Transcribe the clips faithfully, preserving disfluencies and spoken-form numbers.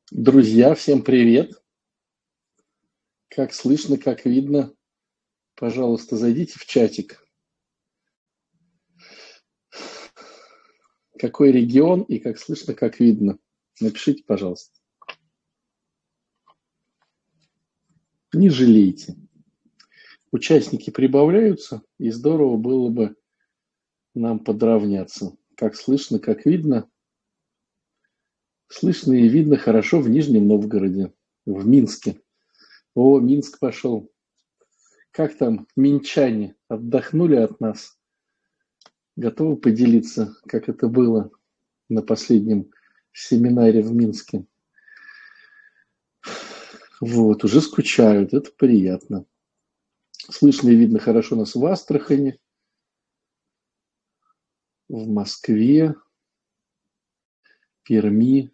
Друзья, всем привет! Как слышно, как видно, пожалуйста, зайдите в чатик. Какой регион и как слышно, как видно? Напишите, пожалуйста. Не жалейте. Участники прибавляются, и здорово было бы нам подравняться. Как слышно, как видно. Слышно и видно хорошо в Нижнем Новгороде, в Минске. О, Минск пошел. Как там минчане? Отдохнули от нас? Готовы поделиться, как это было на последнем семинаре в Минске? Вот, уже скучают, это приятно. Слышно и видно хорошо нас в Астрахани, в Москве, Перми.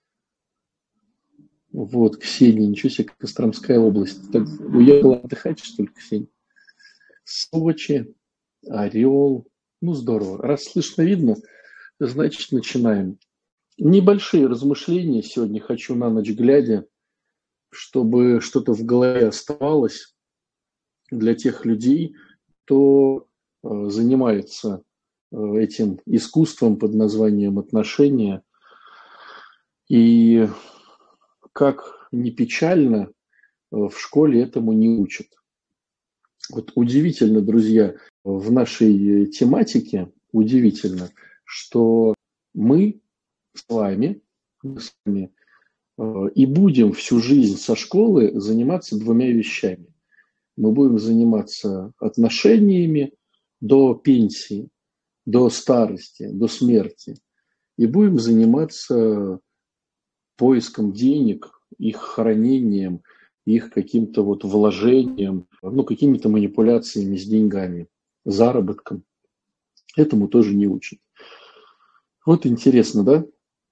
Вот, Ксения, ничего себе, Костромская область. Так, уехала отдыхать, что ли, Ксения? Сочи, Орел. Ну, здорово. Раз слышно, видно, значит, начинаем. Небольшие размышления сегодня хочу на ночь глядя, чтобы что-то в голове оставалось для тех людей, кто э, занимается э, этим искусством под названием отношения. И как ни печально, э, в школе этому не учат. Вот удивительно, друзья, в нашей тематике удивительно, что мы с вами, мы с вами э, и будем всю жизнь со школы заниматься двумя вещами. Мы будем заниматься отношениями до пенсии, до старости, до смерти. И будем заниматься поиском денег, их хранением, их каким-то вот вложением, ну, какими-то манипуляциями с деньгами, заработком. Этому тоже не учат. Вот интересно, да?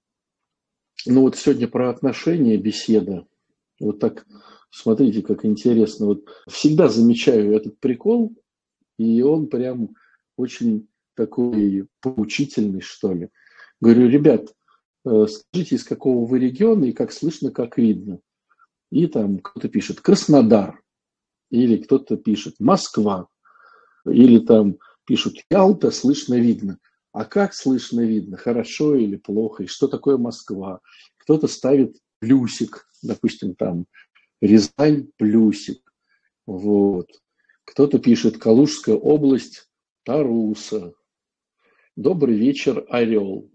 Ну вот сегодня про отношения беседа. Вот так, смотрите, как интересно. Вот всегда замечаю этот прикол, и он прям очень такой поучительный, что ли. Говорю, ребят, скажите, из какого вы региона и как слышно, как видно. И там кто-то пишет Краснодар, или кто-то пишет Москва, или там пишут Ялта, слышно, видно. А как слышно, видно, хорошо или плохо, и что такое Москва? Кто-то ставит плюсик, допустим, там Рязань плюсик. Вот. Кто-то пишет Калужская область, Таруса. Добрый вечер, Орел.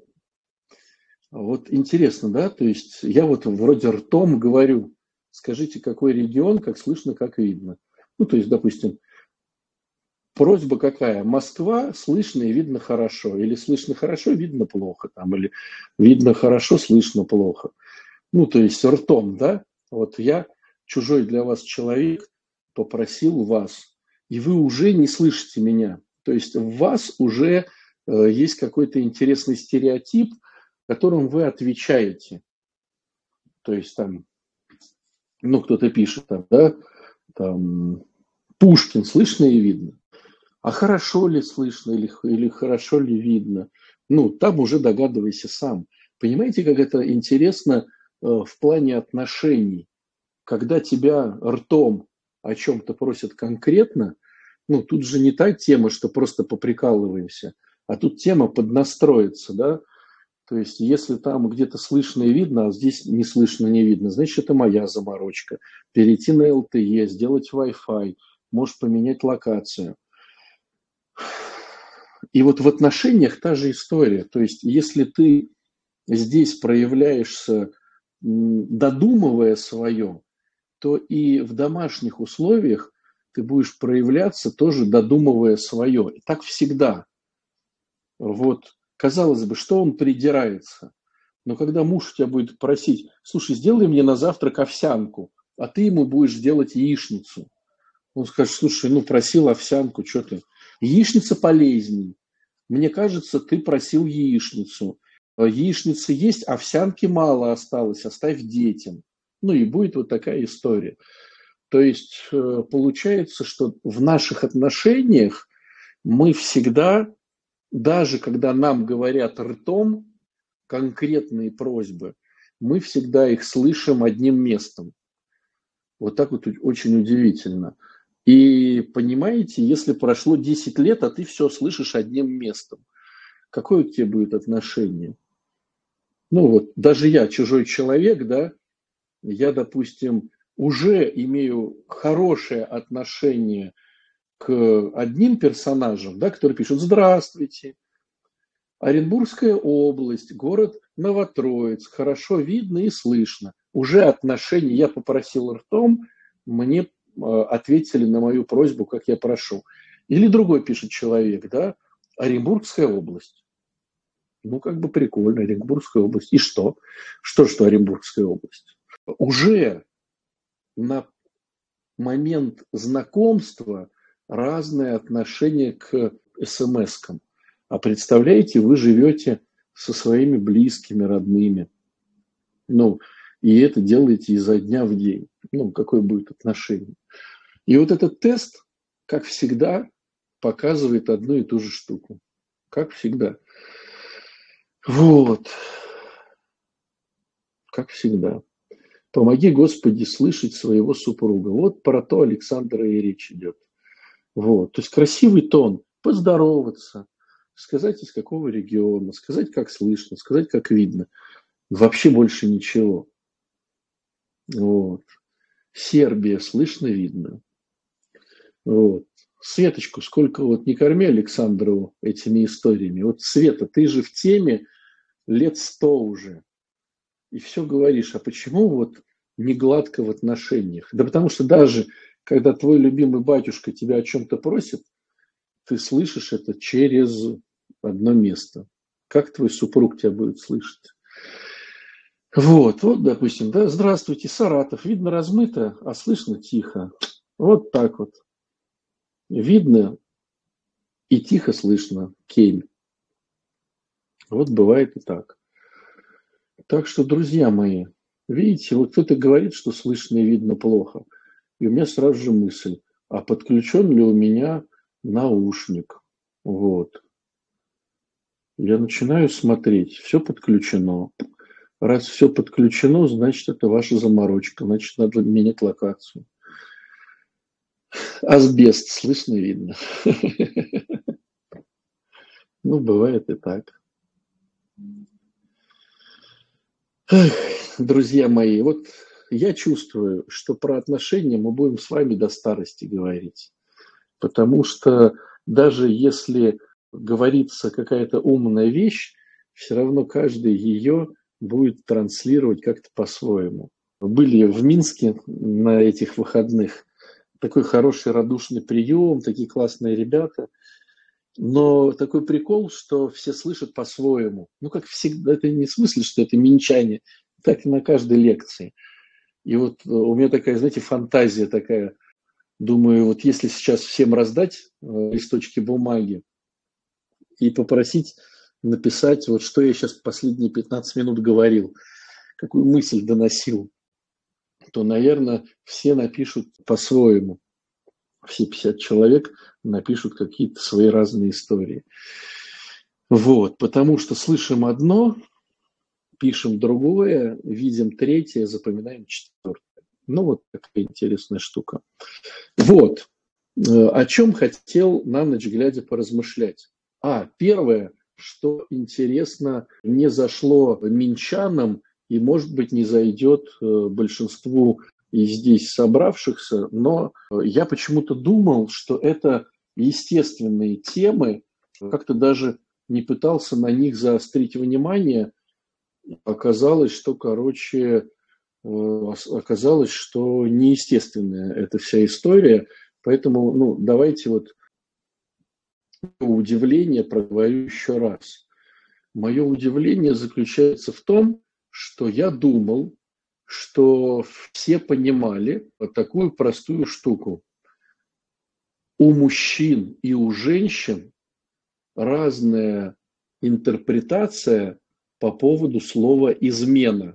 Вот интересно, да? То есть я вот вроде ртом говорю, скажите, какой регион, как слышно, как видно. Ну, то есть, допустим, просьба какая? Москва, слышно и видно хорошо. Или слышно хорошо, видно плохо. Там, или видно хорошо, слышно плохо. Ну, то есть ртом, да? Вот я, чужой для вас человек, попросил вас, и вы уже не слышите меня. То есть в вас уже э, есть какой-то интересный стереотип, которым вы отвечаете. То есть там, ну, кто-то пишет там, да, там, Пушкин, слышно и видно. А хорошо ли слышно или, или хорошо ли видно? Ну, там уже догадывайся сам. Понимаете, как это интересно э, в плане отношений? Когда тебя ртом о чем-то просят конкретно, ну, тут же не та тема, что просто поприкалываемся, а тут тема поднастроиться, да? То есть, если там где-то слышно и видно, а здесь не слышно, не видно, значит, это моя заморочка. Перейти на эл тэ е, сделать Wi-Fi, может поменять локацию. И вот в отношениях та же история. То есть, если ты здесь проявляешься, додумывая свое, то и в домашних условиях ты будешь проявляться тоже додумывая свое. И так всегда. Вот, казалось бы, что он придирается? Но когда муж тебя будет просить, слушай, сделай мне на завтрак овсянку, а ты ему будешь делать яичницу. Он скажет, слушай, ну просил овсянку, что ты? Яичница полезней. Мне кажется, ты просил яичницу. Яичницы есть, овсянки мало осталось, оставь детям. Ну и будет вот такая история. То есть получается, что в наших отношениях мы всегда, даже когда нам говорят ртом конкретные просьбы, мы всегда их слышим одним местом. Вот так вот очень удивительно. И понимаете, если прошло десять лет, а ты все слышишь одним местом, какое к тебе будет отношение? Ну вот, даже я, чужой человек, да, я, допустим, уже имею хорошее отношение к одним персонажам, да, которые пишут «Здравствуйте, Оренбургская область, город Новотроицк, хорошо видно и слышно». Уже отношения, я попросил ртом, мне э, ответили на мою просьбу, как я прошу. Или другой пишет человек, да, Оренбургская область. Ну, как бы прикольно, Оренбургская область. И что? Что, что Оренбургская область? Уже на момент знакомства разное отношение к смс-кам. А представляете, вы живете со своими близкими, родными. Ну, и это делаете изо дня в день. Ну, какое будет отношение? И вот этот тест, как всегда, показывает одну и ту же штуку. Как всегда. Вот. Как всегда. Помоги, Господи, слышать своего супруга. Вот про то Александра и речь идет. Вот. То есть красивый тон. Поздороваться. Сказать, из какого региона. Сказать, как слышно. Сказать, как видно. Вообще больше ничего. Вот. Сербия. Слышно, видно. Вот. Светочку, сколько вот не корми Александрову этими историями. Вот, Света, ты же в теме лет сто уже. И все говоришь, а почему вот не гладко в отношениях? Да потому что даже когда твой любимый батюшка тебя о чем-то просит, ты слышишь это через одно место. Как твой супруг тебя будет слышать? Вот, вот, допустим, да, здравствуйте, Саратов. Видно размыто, а слышно тихо. Вот так вот. Видно и тихо слышно Кемь. Вот бывает и так. Так что, друзья мои, видите, вот кто-то говорит, что слышно и видно плохо. И у меня сразу же мысль, а подключен ли у меня наушник? Вот. Я начинаю смотреть, все подключено. Раз все подключено, значит, это ваша заморочка, значит, надо менять локацию. Асбест, слышно и видно. Ну, бывает и так. Друзья мои, вот я чувствую, что про отношения мы будем с вами до старости говорить. Потому что даже если говорится какая-то умная вещь, все равно каждый ее будет транслировать как-то по-своему. Были в Минске на этих выходных. Такой хороший радушный прием, такие классные ребята. Но такой прикол, что все слышат по-своему. Ну, как всегда, это не в смысле, что это минчане, так и на каждой лекции. И вот у меня такая, знаете, фантазия такая. Думаю, вот если сейчас всем раздать листочки бумаги и попросить написать, вот что я сейчас последние пятнадцать минут говорил, какую мысль доносил, то, наверное, все напишут по-своему. Все пятьдесят человек напишут какие-то свои разные истории. Вот, потому что слышим одно, пишем другое, видим третье, запоминаем четвертое. Ну, вот такая интересная штука. Вот, о чем хотел на ночь глядя поразмышлять. А, первое, что интересно, не зашло минчанам и, может быть, не зайдет большинству из здесь собравшихся, но я почему-то думал, что это естественные темы, как-то даже не пытался на них заострить внимание. Оказалось, что, короче, оказалось, что неестественная эта вся история, поэтому, ну, давайте вот удивление проговорю еще раз. Мое удивление заключается в том, что я думал, что все понимали такую простую штуку. У мужчин и у женщин разная интерпретация по поводу слова «измена».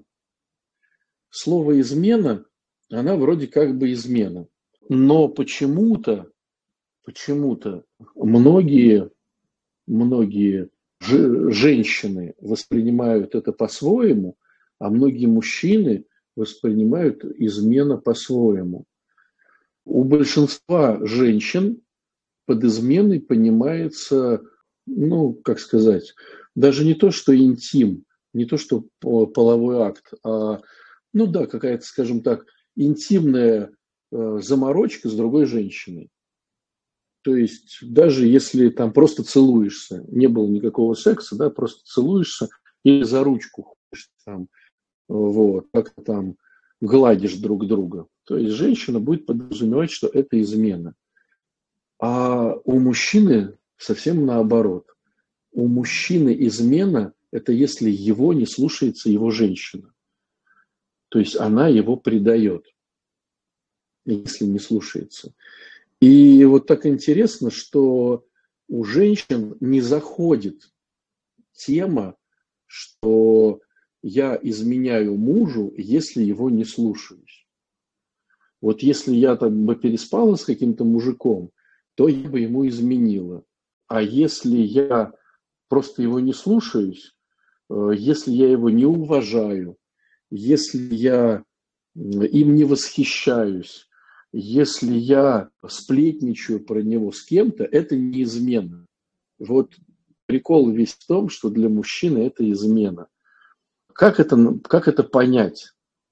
Слово «измена», она вроде как бы измена. Но почему-то, почему-то многие, многие женщины воспринимают это по-своему, а многие мужчины воспринимают измена по-своему. У большинства женщин под изменой понимается, ну, как сказать, даже не то, что интим, не то, что половой акт, а, ну да, какая-то, скажем так, интимная э, заморочка с другой женщиной. То есть даже если там просто целуешься, не было никакого секса, да, просто целуешься или за ручку ходишь там, вот, как-то там гладишь друг друга, то есть женщина будет подразумевать, что это измена. А у мужчины совсем наоборот. У мужчины измена – это если его не слушается его женщина. То есть она его предает, если не слушается. И вот так интересно, что у женщин не заходит тема, что я изменяю мужу, если его не слушаюсь. Вот если я там бы переспала с каким-то мужиком, то я бы ему изменила. А если я просто его не слушаюсь, если я его не уважаю, если я им не восхищаюсь, если я сплетничаю про него с кем-то, это не измена. Вот прикол весь в том, что для мужчины это измена. Как это, как это понять?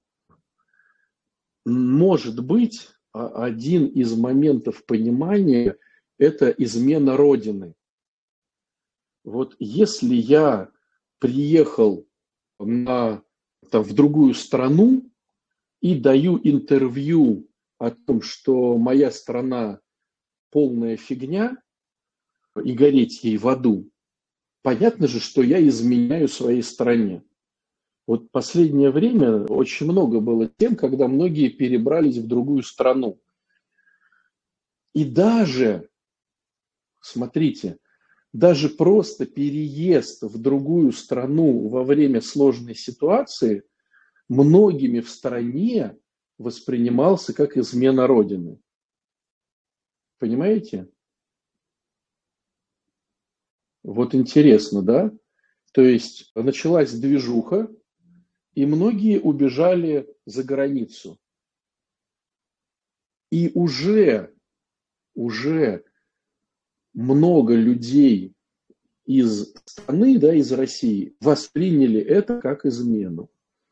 Может быть, один из моментов понимания – это измена Родины. Вот если я приехал на, там, в другую страну и даю интервью о том, что моя страна полная фигня и гореть ей в аду, понятно же, что я изменяю своей стране. Вот последнее время очень много было тем, когда многие перебрались в другую страну. И даже, смотрите, даже просто переезд в другую страну во время сложной ситуации многими в стране воспринимался как измена Родины. Понимаете? Вот интересно, да? То есть началась движуха, и многие убежали за границу. И уже, уже много людей из страны, да, из России, восприняли это как измену.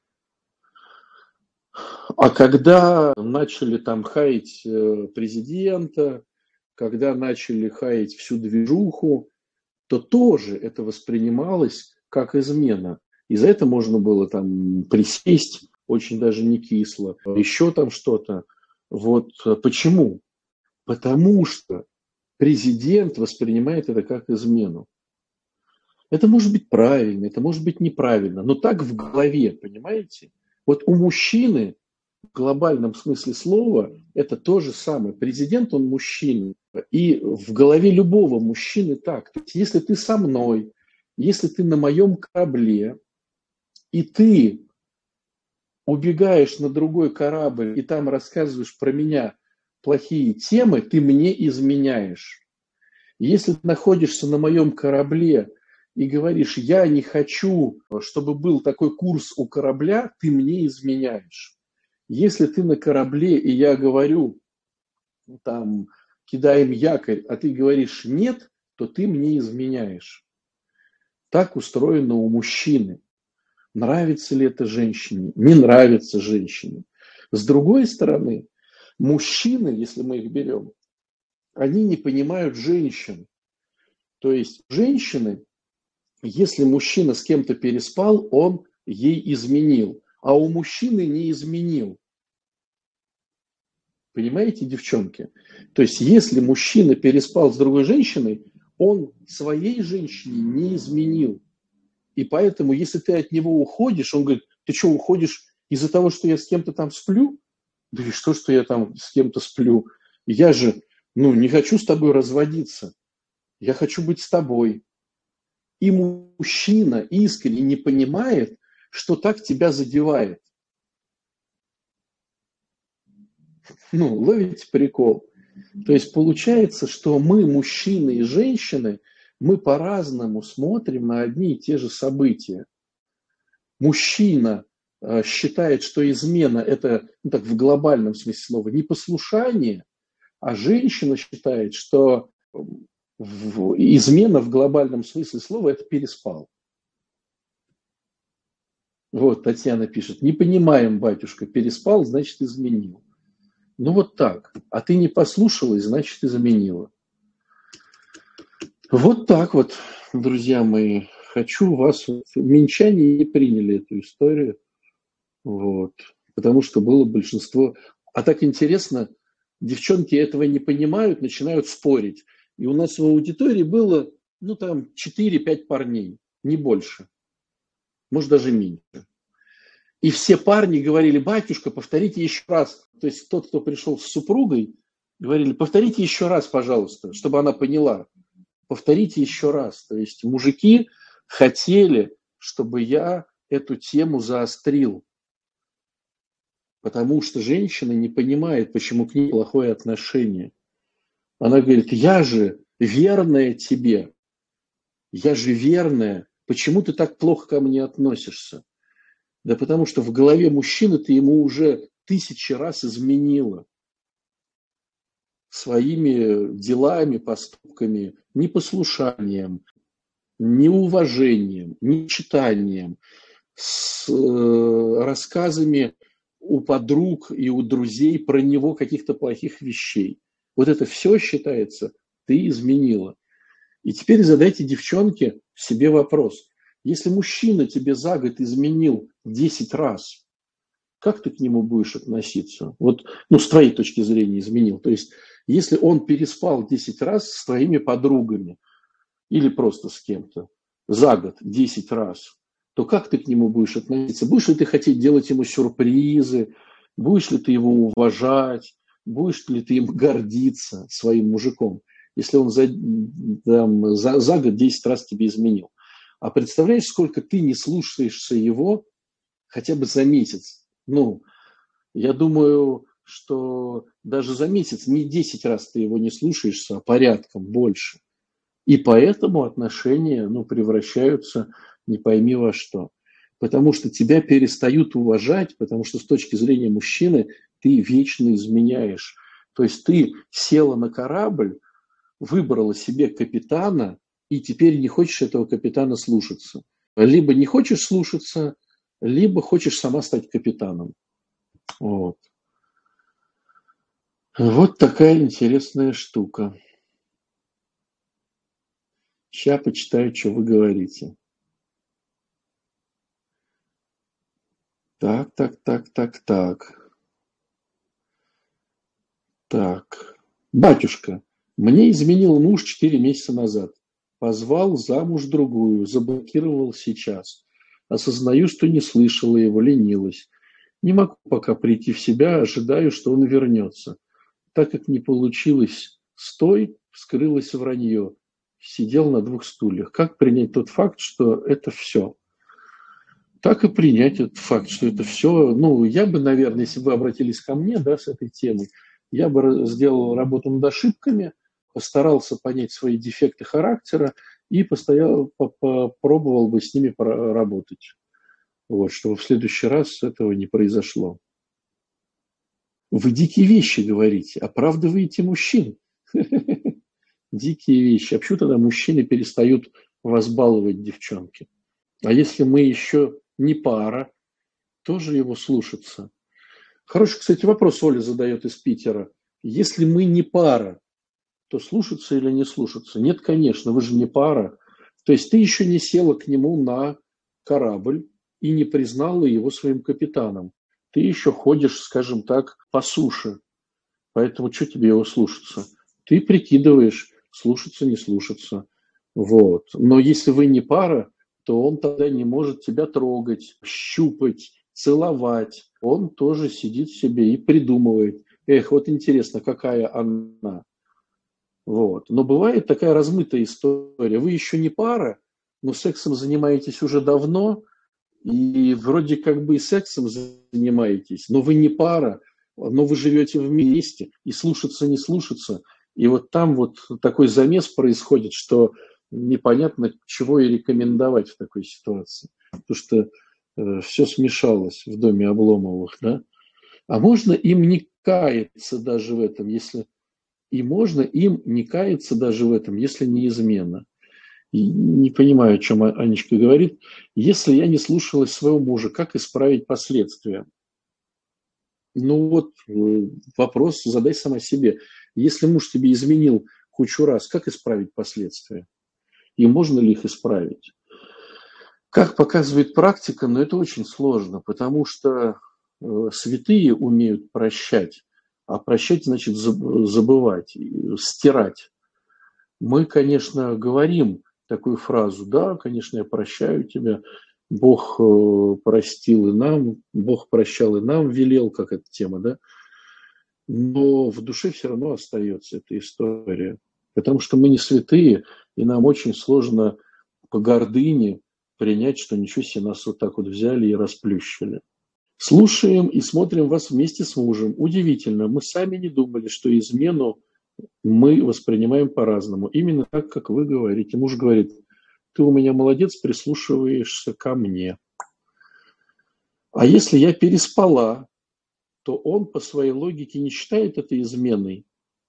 А когда начали там хаять президента, когда начали хаять всю движуху, то тоже это воспринималось как измена. И за это можно было там присесть, очень даже не кисло, еще там что-то. Вот почему? Потому что президент воспринимает это как измену. Это может быть правильно, это может быть неправильно, но так в голове, понимаете? Вот у мужчины в глобальном смысле слова это то же самое. Президент, он мужчина. И в голове любого мужчины так. То есть, если ты со мной, если ты на моем корабле, и ты убегаешь на другой корабль, и там рассказываешь про меня плохие темы, ты мне изменяешь. Если ты находишься на моем корабле и говоришь, я не хочу, чтобы был такой курс у корабля, ты мне изменяешь. Если ты на корабле, и я говорю, там, кидаем якорь, а ты говоришь нет, то ты мне изменяешь. Так устроено у мужчины. Нравится ли это женщине? Не нравится женщине. С другой стороны, мужчины, если мы их берем, они не понимают женщин. То есть женщины, если мужчина с кем-то переспал, он ей изменил, а у мужчины не изменил. Понимаете, девчонки? То есть если мужчина переспал с другой женщиной, он своей женщине не изменил. И поэтому, если ты от него уходишь, он говорит, ты что, уходишь из-за того, что я с кем-то там сплю? Да и что, что я там с кем-то сплю? Я же, ну, не хочу с тобой разводиться. Я хочу быть с тобой. И мужчина искренне не понимает, что так тебя задевает. Ну, ловите прикол. То есть получается, что мы, мужчины и женщины, мы по-разному смотрим на одни и те же события. Мужчина считает, что измена – это, ну, так, в глобальном смысле слова, непослушание, а женщина считает, что в, измена в глобальном смысле слова – это переспал. Вот Татьяна пишет: не понимаем, батюшка, переспал, значит, изменил. Ну вот так. А ты не послушалась, значит, изменила. Вот так вот, друзья мои. Хочу вас... Минчане не приняли эту историю. Вот. Потому что было большинство... А так интересно, девчонки этого не понимают, начинают спорить. И у нас в аудитории было, ну, там, четыре-пять парней, не больше. Может, даже меньше. И все парни говорили: батюшка, повторите еще раз. То есть тот, кто пришел с супругой, говорили: повторите еще раз, пожалуйста, чтобы она поняла. Повторите еще раз. То есть мужики хотели, чтобы я эту тему заострил. Потому что женщина не понимает, почему к ней плохое отношение. Она говорит: я же верная тебе. Я же верная. Почему ты так плохо ко мне относишься? Да потому что в голове мужчины ты ему уже тысячи раз изменила. Своими делами, поступками, непослушанием, неуважением, нечитанием, с э, рассказами у подруг и у друзей про него каких-то плохих вещей. Вот это все считается, ты изменила. И теперь задайте, девчонке, себе вопрос. Если мужчина тебе за год изменил десять раз, как ты к нему будешь относиться? Вот, ну, с твоей точки зрения изменил. То есть, если он переспал десять раз с твоими подругами или просто с кем-то за год десять раз, то как ты к нему будешь относиться? Будешь ли ты хотеть делать ему сюрпризы? Будешь ли ты его уважать? Будешь ли ты им гордиться, своим мужиком, если он за, там, за, за год десять раз тебе изменил? А представляешь, сколько ты не слушаешься его хотя бы за месяц? Ну, я думаю, что даже за месяц не десять раз ты его не слушаешься, а порядком больше. И поэтому отношения, ну, превращаются не пойми во что. Потому что тебя перестают уважать, потому что с точки зрения мужчины ты вечно изменяешь. То есть ты села на корабль, выбрала себе капитана, и теперь не хочешь этого капитана слушаться. Либо не хочешь слушаться, либо хочешь сама стать капитаном. Вот. Вот такая интересная штука. Сейчас почитаю, что вы говорите. Так, так, так, так, так. Так. Батюшка, мне изменил муж четыре месяца назад. Позвал замуж другую, заблокировал сейчас. Осознаю, что не слышала его, ленилась. Не могу пока прийти в себя, ожидаю, что он вернется. Так как не получилось с той, вскрылось вранье. Сидел на двух стульях. Как принять тот факт, что это все? Так и принять этот факт, что это все. Ну, я бы, наверное, если бы вы обратились ко мне, да, с этой темой, я бы сделал работу над ошибками, постарался понять свои дефекты характера и постоял, попробовал бы с ними поработать. Вот, чтобы в следующий раз этого не произошло. Вы дикие вещи говорите, оправдываете мужчин. Дикие вещи. А почему тогда мужчины перестают вас баловать, девчонки? А если мы еще не пара, тоже его слушаться. Хороший, кстати, вопрос Оля задает из Питера. Если мы не пара, то слушаться или не слушаться? Нет, конечно, вы же не пара. То есть ты еще не села к нему на корабль и не признала его своим капитаном. Ты еще ходишь, скажем так, по суше. Поэтому что тебе его слушаться? Ты прикидываешь, слушаться, не слушаться. Вот. Но если вы не пара, то он тогда не может тебя трогать, щупать, целовать. Он тоже сидит себе и придумывает. Эх, вот интересно, какая она. Вот. Но бывает такая размытая история. Вы еще не пара, но сексом занимаетесь уже давно, и вроде как бы и сексом занимаетесь, но вы не пара, но вы живете вместе, и слушаться, не слушаться. И вот там вот такой замес происходит, что непонятно, чего и рекомендовать в такой ситуации. Потому что все смешалось в доме Обломовых, да? А можно им не каяться даже в этом, если... И можно им не каяться даже в этом, если не измена. И не понимаю, о чем Анечка говорит. Если я не слушалась своего мужа, как исправить последствия? Ну вот вопрос задай сама себе. Если муж тебе изменил кучу раз, как исправить последствия? И можно ли их исправить? Как показывает практика, но это очень сложно, потому что э, святые умеют прощать, а прощать значит забывать, стирать. Мы, конечно, говорим такую фразу, да, конечно, я прощаю тебя, Бог э, простил и нам, Бог прощал и нам велел, как эта тема, да, но в душе все равно остается эта история, потому что мы не святые, и нам очень сложно по гордыне принять, что ничего себе, нас вот так вот взяли и расплющили. Слушаем и смотрим вас вместе с мужем. Удивительно, мы сами не думали, что измену мы воспринимаем по-разному. Именно так, как вы говорите. Муж говорит, ты у меня молодец, прислушиваешься ко мне. А если я переспала, то он по своей логике не считает это изменой.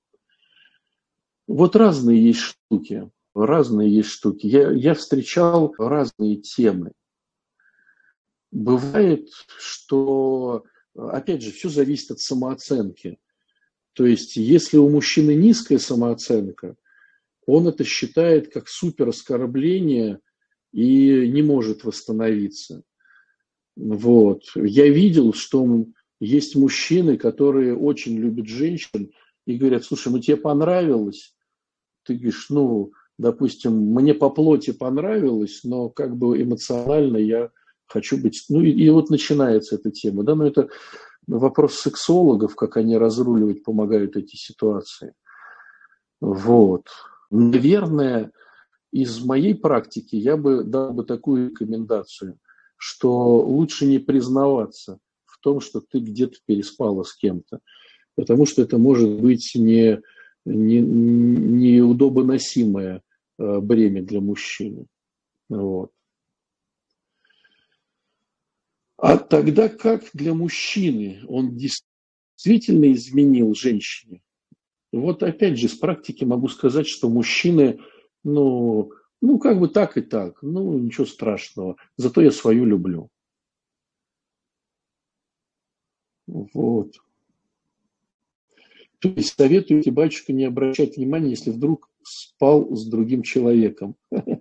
Вот разные есть штуки. Разные есть штуки. Я, я встречал разные темы. Бывает, что, опять же, все зависит от самооценки. То есть, если у мужчины низкая самооценка, он это считает как супер оскорбление и не может восстановиться. Вот. Я видел, что есть мужчины, которые очень любят женщин и говорят, слушай, ну тебе понравилось? Ты говоришь, ну, допустим, мне по плоти понравилось, но как бы эмоционально я хочу быть... Ну, и, и вот начинается эта тема, да, но это вопрос сексологов, как они разруливать помогают эти ситуации. Вот. Наверное, из моей практики я бы дал бы такую рекомендацию, что лучше не признаваться в том, что ты где-то переспала с кем-то, потому что это может быть не, не, неудобоносимое бремя для мужчины. Вот. А тогда как для мужчины он действительно изменил женщине? Вот опять же, с практики могу сказать, что мужчины, ну, ну, как бы так и так, ну, ничего страшного, зато я свою люблю. Вот. То есть советуете, батюшка, не обращать внимания, если вдруг спал с другим человеком.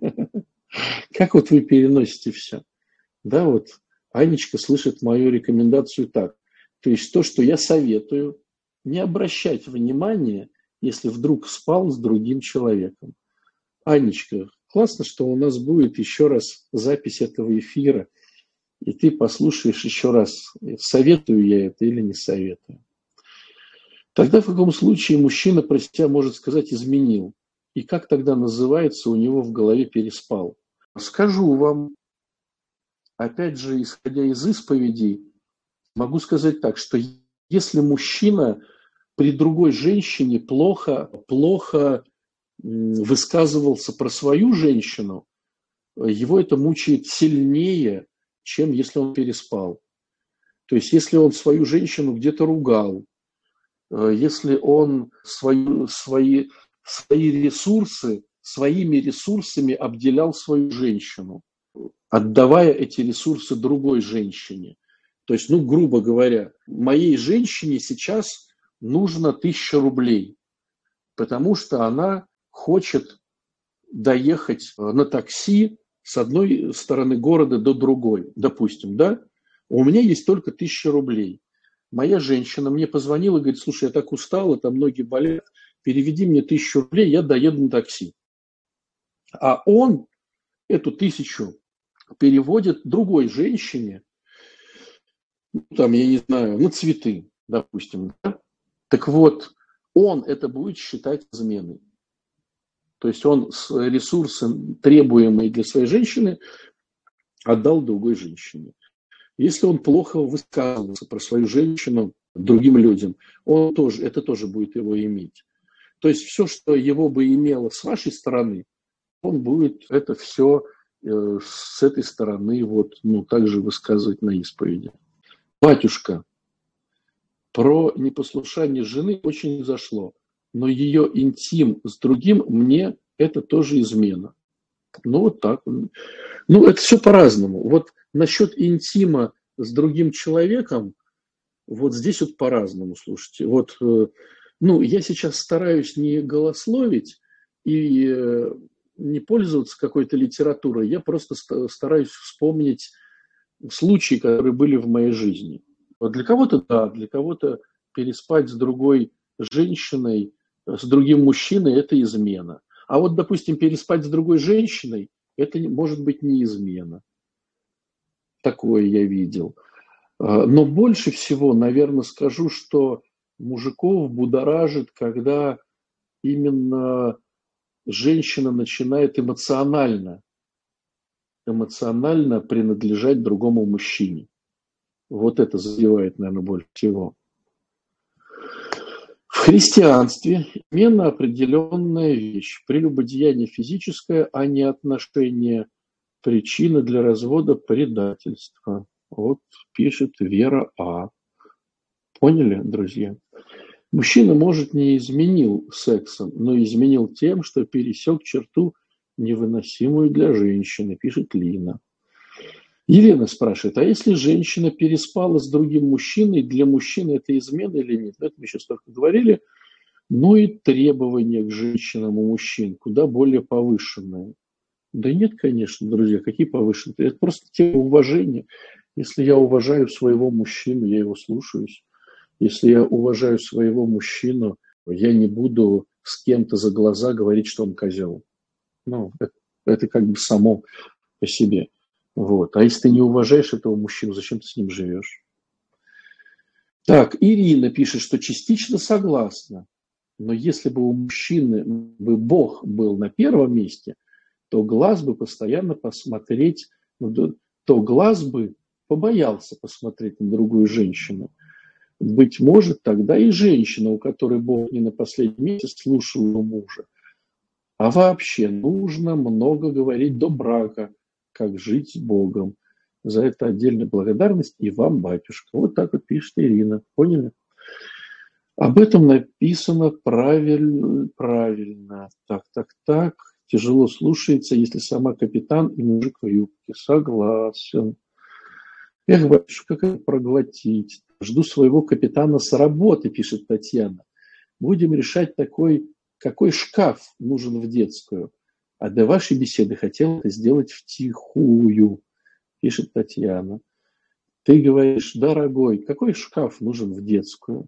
Как вот вы переносите все? Да, вот Анечка слышит мою рекомендацию так. То есть то, что я советую, не обращать внимания, если вдруг спал с другим человеком. Анечка, классно, что у нас будет еще раз запись этого эфира, и ты послушаешь еще раз, советую я это или не советую. Тогда в каком случае мужчина про себя может сказать «изменил», и как тогда называется у него в голове «переспал». Скажу вам, опять же, исходя из исповедей, могу сказать так, что если мужчина при другой женщине плохо, плохо высказывался про свою женщину, его это мучает сильнее, чем если он переспал. То есть, если он свою женщину где-то ругал, если он свою, свои, свои ресурсы, своими ресурсами обделял свою женщину, отдавая эти ресурсы другой женщине. То есть, ну, грубо говоря, моей женщине сейчас нужно тысяча рублей, потому что она хочет доехать на такси с одной стороны города до другой, допустим, да? У меня есть только тысяча рублей. Моя женщина мне позвонила и говорит, слушай, я так устала, там ноги болят, переведи мне тысячу рублей, я доеду на такси. А он эту тысячу переводит другой женщине, ну, там, я не знаю, на цветы, допустим. Да? Так вот, он это будет считать изменой. То есть он ресурсы, требуемые для своей женщины, отдал другой женщине. Если он плохо высказывался про свою женщину другим людям, он тоже, это тоже будет его иметь. То есть все, что его бы имело с вашей стороны, он будет это все э, с этой стороны вот, ну, также высказывать на исповеди. Батюшка, про непослушание жены очень зашло, но ее интим с другим мне это тоже измена. Ну, вот так. Ну, это все по-разному. Вот насчет интима с другим человеком, вот здесь вот по-разному, слушайте. Вот, э, ну, я сейчас стараюсь не голословить и э, не пользоваться какой-то литературой. Я просто ста- стараюсь вспомнить случаи, которые были в моей жизни. Вот для кого-то да, для кого-то переспать с другой женщиной, э, с другим мужчиной – это измена. А вот, допустим, переспать с другой женщиной – это не- может быть не измена. Такое я видел. А, Но больше всего, наверное, скажу, что мужиков будоражит, когда именно женщина начинает эмоционально, эмоционально принадлежать другому мужчине. Вот это задевает, наверное, больше всего. В христианстве измена определенная вещь. Прелюбодеяние физическое, а не отношение. Причина для развода – предательство. Вот пишет Вера А. Поняли, друзья? Мужчина, может, не изменил сексом, но изменил тем, что пересек черту, невыносимую для женщины, пишет Лина. Елена спрашивает, а если женщина переспала с другим мужчиной, для мужчины это измена или нет? Это мы сейчас только говорили. Ну и требования к женщинам у мужчин куда более повышенные. Да нет, конечно, друзья, какие повышенные? Это просто тема уважения. Если я уважаю своего мужчину, я его слушаюсь. Если я уважаю своего мужчину, я не буду с кем-то за глаза говорить, что он козел. Ну, это, это как бы само по себе. Вот. А если ты не уважаешь этого мужчину, зачем ты с ним живешь? Так, Ирина пишет, что частично согласна. Но если бы у мужчины бы Бог был на первом месте, то глаз бы постоянно посмотреть, то глаз бы побоялся посмотреть на другую женщину. Быть может, тогда и женщина, у которой Бог не на последнем месте, слушала мужа. А вообще нужно много говорить до брака, как жить с Богом. За это отдельная благодарность и вам, батюшка. Вот так вот пишет Ирина. Поняли? Об этом написано правильно. правильно. Так, так, так. Тяжело слушается, если сама капитан и мужик в юбке. Согласен. Эх, батюшка, как это проглотить? Жду своего капитана с работы, пишет Татьяна. Будем решать такой, какой шкаф нужен в детскую. А до вашей беседы хотел это сделать втихую, пишет Татьяна. Ты говоришь, дорогой, какой шкаф нужен в детскую?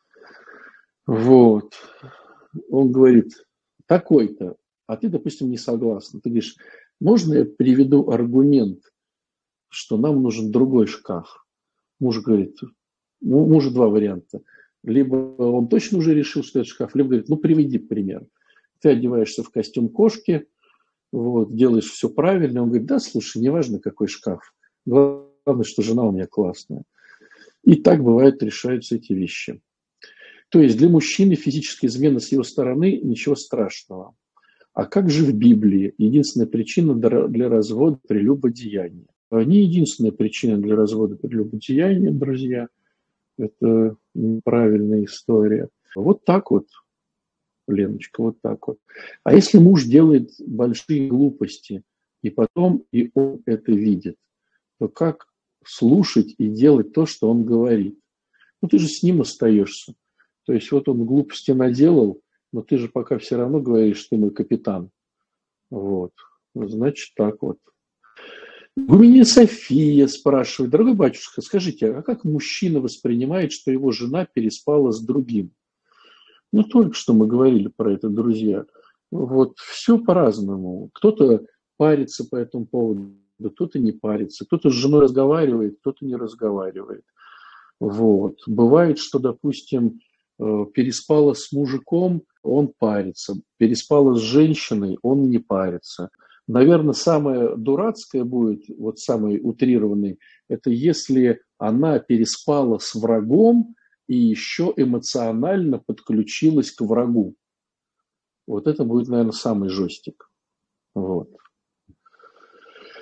Вот. Он говорит, такой-то. А ты, допустим, не согласна. Ты говоришь, можно я приведу аргумент, что нам нужен другой шкаф? Муж говорит, ну, у мужа два варианта. Либо он точно уже решил, что это шкаф, либо говорит, ну, приведи пример. Ты одеваешься в костюм кошки, вот, делаешь все правильно. Он говорит, да, слушай, неважно, какой шкаф. Главное, что жена у меня классная. И так бывает, решаются эти вещи. То есть для мужчины физическая измена с его стороны ничего страшного. А как же в Библии? Единственная причина для развода – прелюбодеяние. Не единственная причина для развода прелюбодеяния, друзья. Это неправильная история. Вот так вот, Леночка, вот так вот. А если муж делает большие глупости, и потом и он это видит, то как слушать и делать то, что он говорит? Ну, ты же с ним остаешься. То есть вот он глупости наделал, но ты же пока все равно говоришь, ты мой капитан. Вот. Значит, так вот. Гуменя София спрашивает, дорогой батюшка, скажите, а как мужчина воспринимает, что его жена переспала с другим? Ну, только что мы говорили про это, друзья. Вот все по-разному. Кто-то парится по этому поводу, кто-то не парится, кто-то с женой разговаривает, кто-то не разговаривает. Вот. Бывает, что, допустим, э, переспала с мужиком, он парится, переспала с женщиной, он не парится. Наверное, самое дурацкое будет, вот самый утрированный, это если она переспала с врагом и еще эмоционально подключилась к врагу. Вот это будет, наверное, самый жестик. Вот.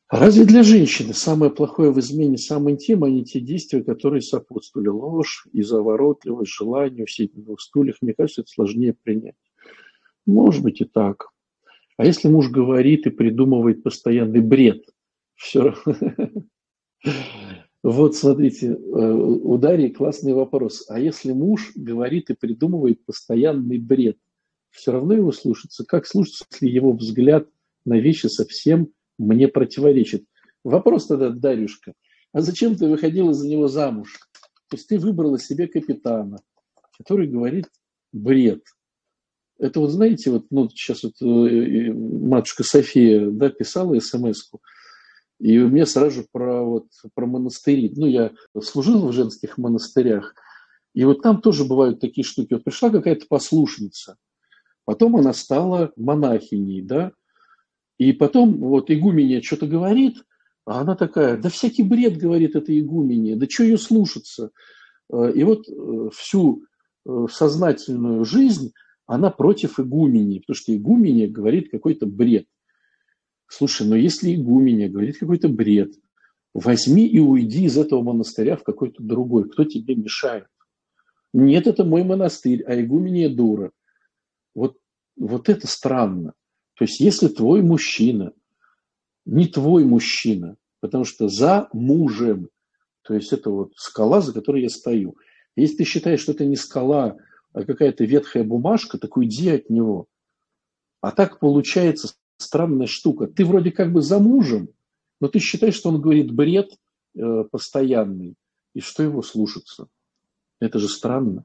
Разве для женщины самое плохое в измене сам интим, а не те действия, которые сопутствовали? Ложь, изворотливость, желание, усидеть на двух стульях. Мне кажется, это сложнее принять. Может быть и так. А если муж говорит и придумывает постоянный бред? Все равно. Вот смотрите, у Дарьи классный вопрос. А если муж говорит и придумывает постоянный бред, все равно его слушаться? Как слушаться, если его взгляд на вещи совсем мне противоречит? Вопрос тогда, Дарюшка, а зачем ты выходила за него замуж? То есть ты выбрала себе капитана, который говорит бред. Это вот знаете, вот ну, сейчас вот матушка София, да, писала смс-ку, и у меня сразу же про, вот, про монастыри. Ну, я служил в женских монастырях, и вот там тоже бывают такие штуки. Вот пришла какая-то послушница, потом она стала монахиней, да, и потом вот игуменья что-то говорит, а она такая, да всякий бред говорит эта игуменья, да что ее слушаться? И вот всю сознательную жизнь она против игуменьи, потому что игуменья говорит какой-то бред. Слушай, но если игуменья говорит какой-то бред, возьми и уйди из этого монастыря в какой-то другой. Кто тебе мешает? Нет, это мой монастырь, а игуменья дура. Вот, вот это странно. То есть если твой мужчина, не твой мужчина, потому что за мужем, то есть это вот скала, за которой я стою. Если ты считаешь, что это не скала, а какая-то ветхая бумажка, так уйди от него. А так получается странная штука. Ты вроде как бы за мужем, но ты считаешь, что он говорит бред э, постоянный, и что его слушаться. Это же странно.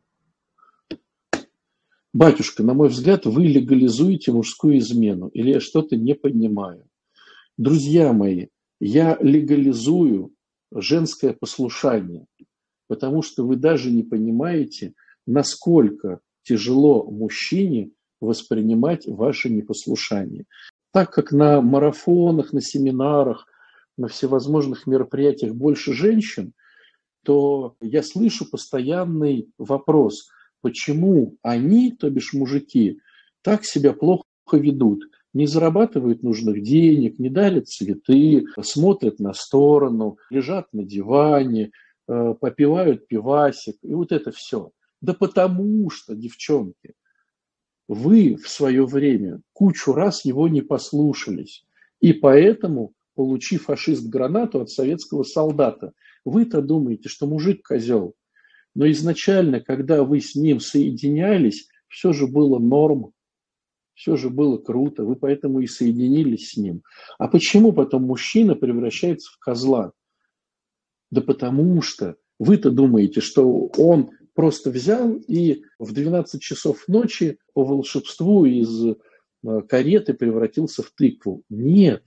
Батюшка, на мой взгляд, вы легализуете мужскую измену, или я что-то не понимаю. Друзья мои, я легализую женское послушание, потому что вы даже не понимаете, насколько тяжело мужчине воспринимать ваше непослушание. Так как на марафонах, на семинарах, на всевозможных мероприятиях больше женщин, то я слышу постоянный вопрос, почему они, то бишь мужики, так себя плохо ведут, не зарабатывают нужных денег, не дарят цветы, смотрят на сторону, лежат на диване, попивают пивасик, и вот это все. Да потому что, девчонки, вы в свое время кучу раз его не послушались, и поэтому, получив фашист гранату от советского солдата, вы-то думаете, что мужик козел. Но изначально, когда вы с ним соединялись, все же было норм, все же было круто, вы поэтому и соединились с ним. А почему потом мужчина превращается в козла? Да потому что вы-то думаете, что он просто взял и в двенадцать часов ночи по волшебству из кареты превратился в тыкву. Нет.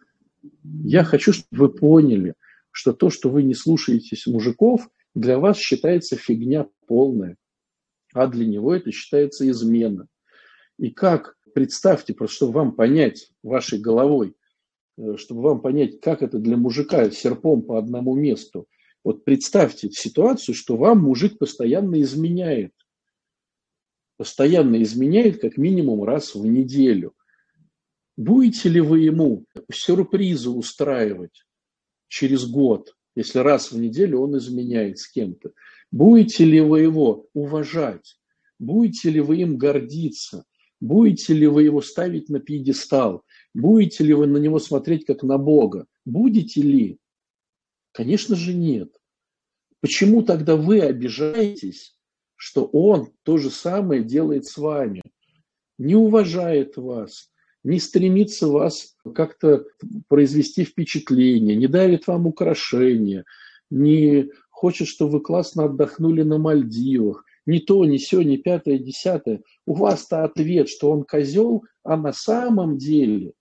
Я хочу, чтобы вы поняли, что то, что вы не слушаетесь мужиков, для вас считается фигня полная, а для него это считается измена. И как, представьте, просто чтобы вам понять вашей головой, чтобы вам понять, как это для мужика серпом по одному месту. Вот представьте ситуацию, что вам мужик постоянно изменяет. Постоянно изменяет как минимум раз в неделю. Будете ли вы ему сюрпризы устраивать через год, если раз в неделю он изменяет с кем-то? Будете ли вы его уважать? Будете ли вы им гордиться? Будете ли вы его ставить на пьедестал? Будете ли вы на него смотреть как на Бога? Будете ли? Конечно же нет. Почему тогда вы обижаетесь, что он то же самое делает с вами? Не уважает вас, не стремится вас как-то произвести впечатление, не дарит вам украшения, не хочет, чтобы вы классно отдохнули на Мальдивах, ни то, ни сё, ни пятое, десятое. У вас-то ответ, что он козел, а на самом деле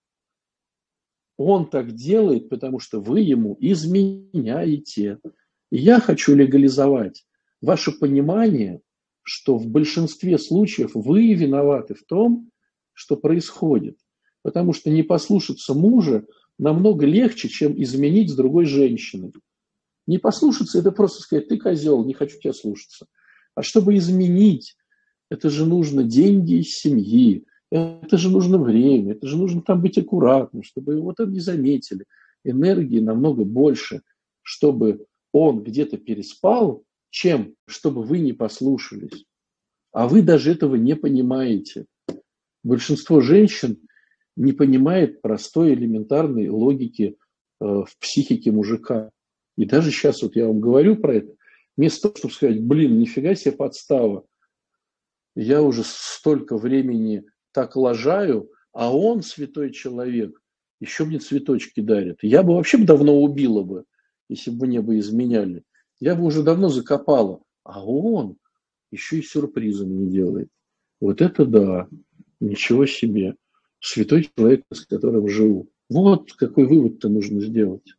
он так делает, потому что вы ему изменяете. И я хочу легализовать ваше понимание, что в большинстве случаев вы виноваты в том, что происходит. Потому что не послушаться мужа намного легче, чем изменить с другой женщиной. Не послушаться – это просто сказать, ты козел, не хочу тебя слушаться. А чтобы изменить, это же нужно деньги из семьи, это же нужно время, это же нужно там быть аккуратным, чтобы его там не заметили. энергии намного больше, чтобы он где-то переспал, чем чтобы вы не послушались. А вы даже этого не понимаете. Большинство женщин не понимает простой элементарной логики э, в психике мужика. И даже сейчас вот я вам говорю про это, вместо того, чтобы сказать, блин, нифига себе подстава, я уже столько времени так лажаю, а он, святой человек, еще мне цветочки дарит. Я бы вообще давно убила бы, если бы мне бы изменяли. Я бы уже давно закопала. А он еще и сюрпризы мне делает. Вот это да, ничего себе. Святой человек, с которым живу. Вот какой вывод-то нужно сделать.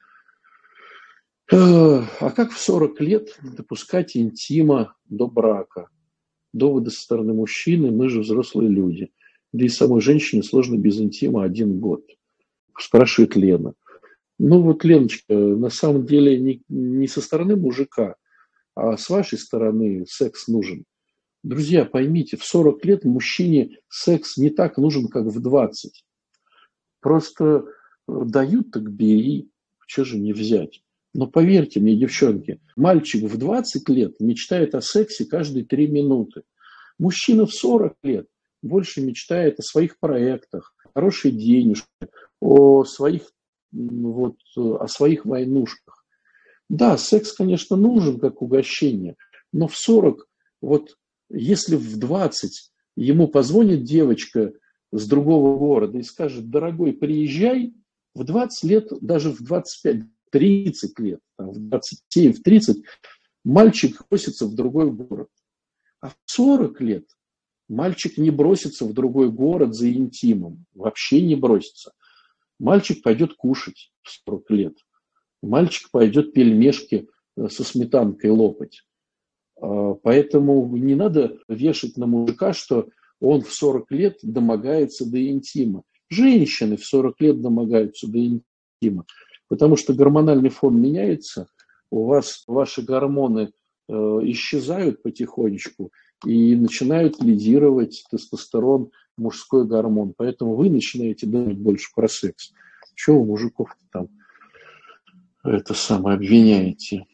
А как в сорок лет допускать интима до брака? Доводы со стороны мужчины, мы же взрослые люди. Да и самой женщине сложно без интима один год. Спрашивает Лена. Ну вот, Леночка, на самом деле не, не со стороны мужика, а с вашей стороны секс нужен. Друзья, поймите, в сорок лет мужчине секс не так нужен, как в двадцать. Просто дают, так бери, что же не взять. Но поверьте мне, девчонки, мальчик в двадцать лет мечтает о сексе каждые три минуты. Мужчина в сорок лет больше мечтает о своих проектах, о хорошей денежке, о своих, вот, о своих войнушках. Да, секс, конечно, нужен как угощение, но в сорок, вот если в двадцать ему позвонит девочка с другого города и скажет, дорогой, приезжай, в двадцать лет, даже в двадцать пять, тридцать лет, там, в двадцать семь, в тридцать, мальчик бросится в другой город. А в сорок лет мальчик не бросится в другой город за интимом, вообще не бросится. Мальчик пойдет кушать в сорок лет. Мальчик пойдет пельмешки со сметанкой лопать. Поэтому не надо вешать на мужика, что он в сорок лет домогается до интима. Женщины в сорок лет домогаются до интима, потому что гормональный фон меняется, у вас ваши гормоны э, исчезают потихонечку и начинают лидировать тестостерон, мужской гормон. Поэтому вы начинаете думать больше про секс. Чего вы мужиков там это самое обвиняете?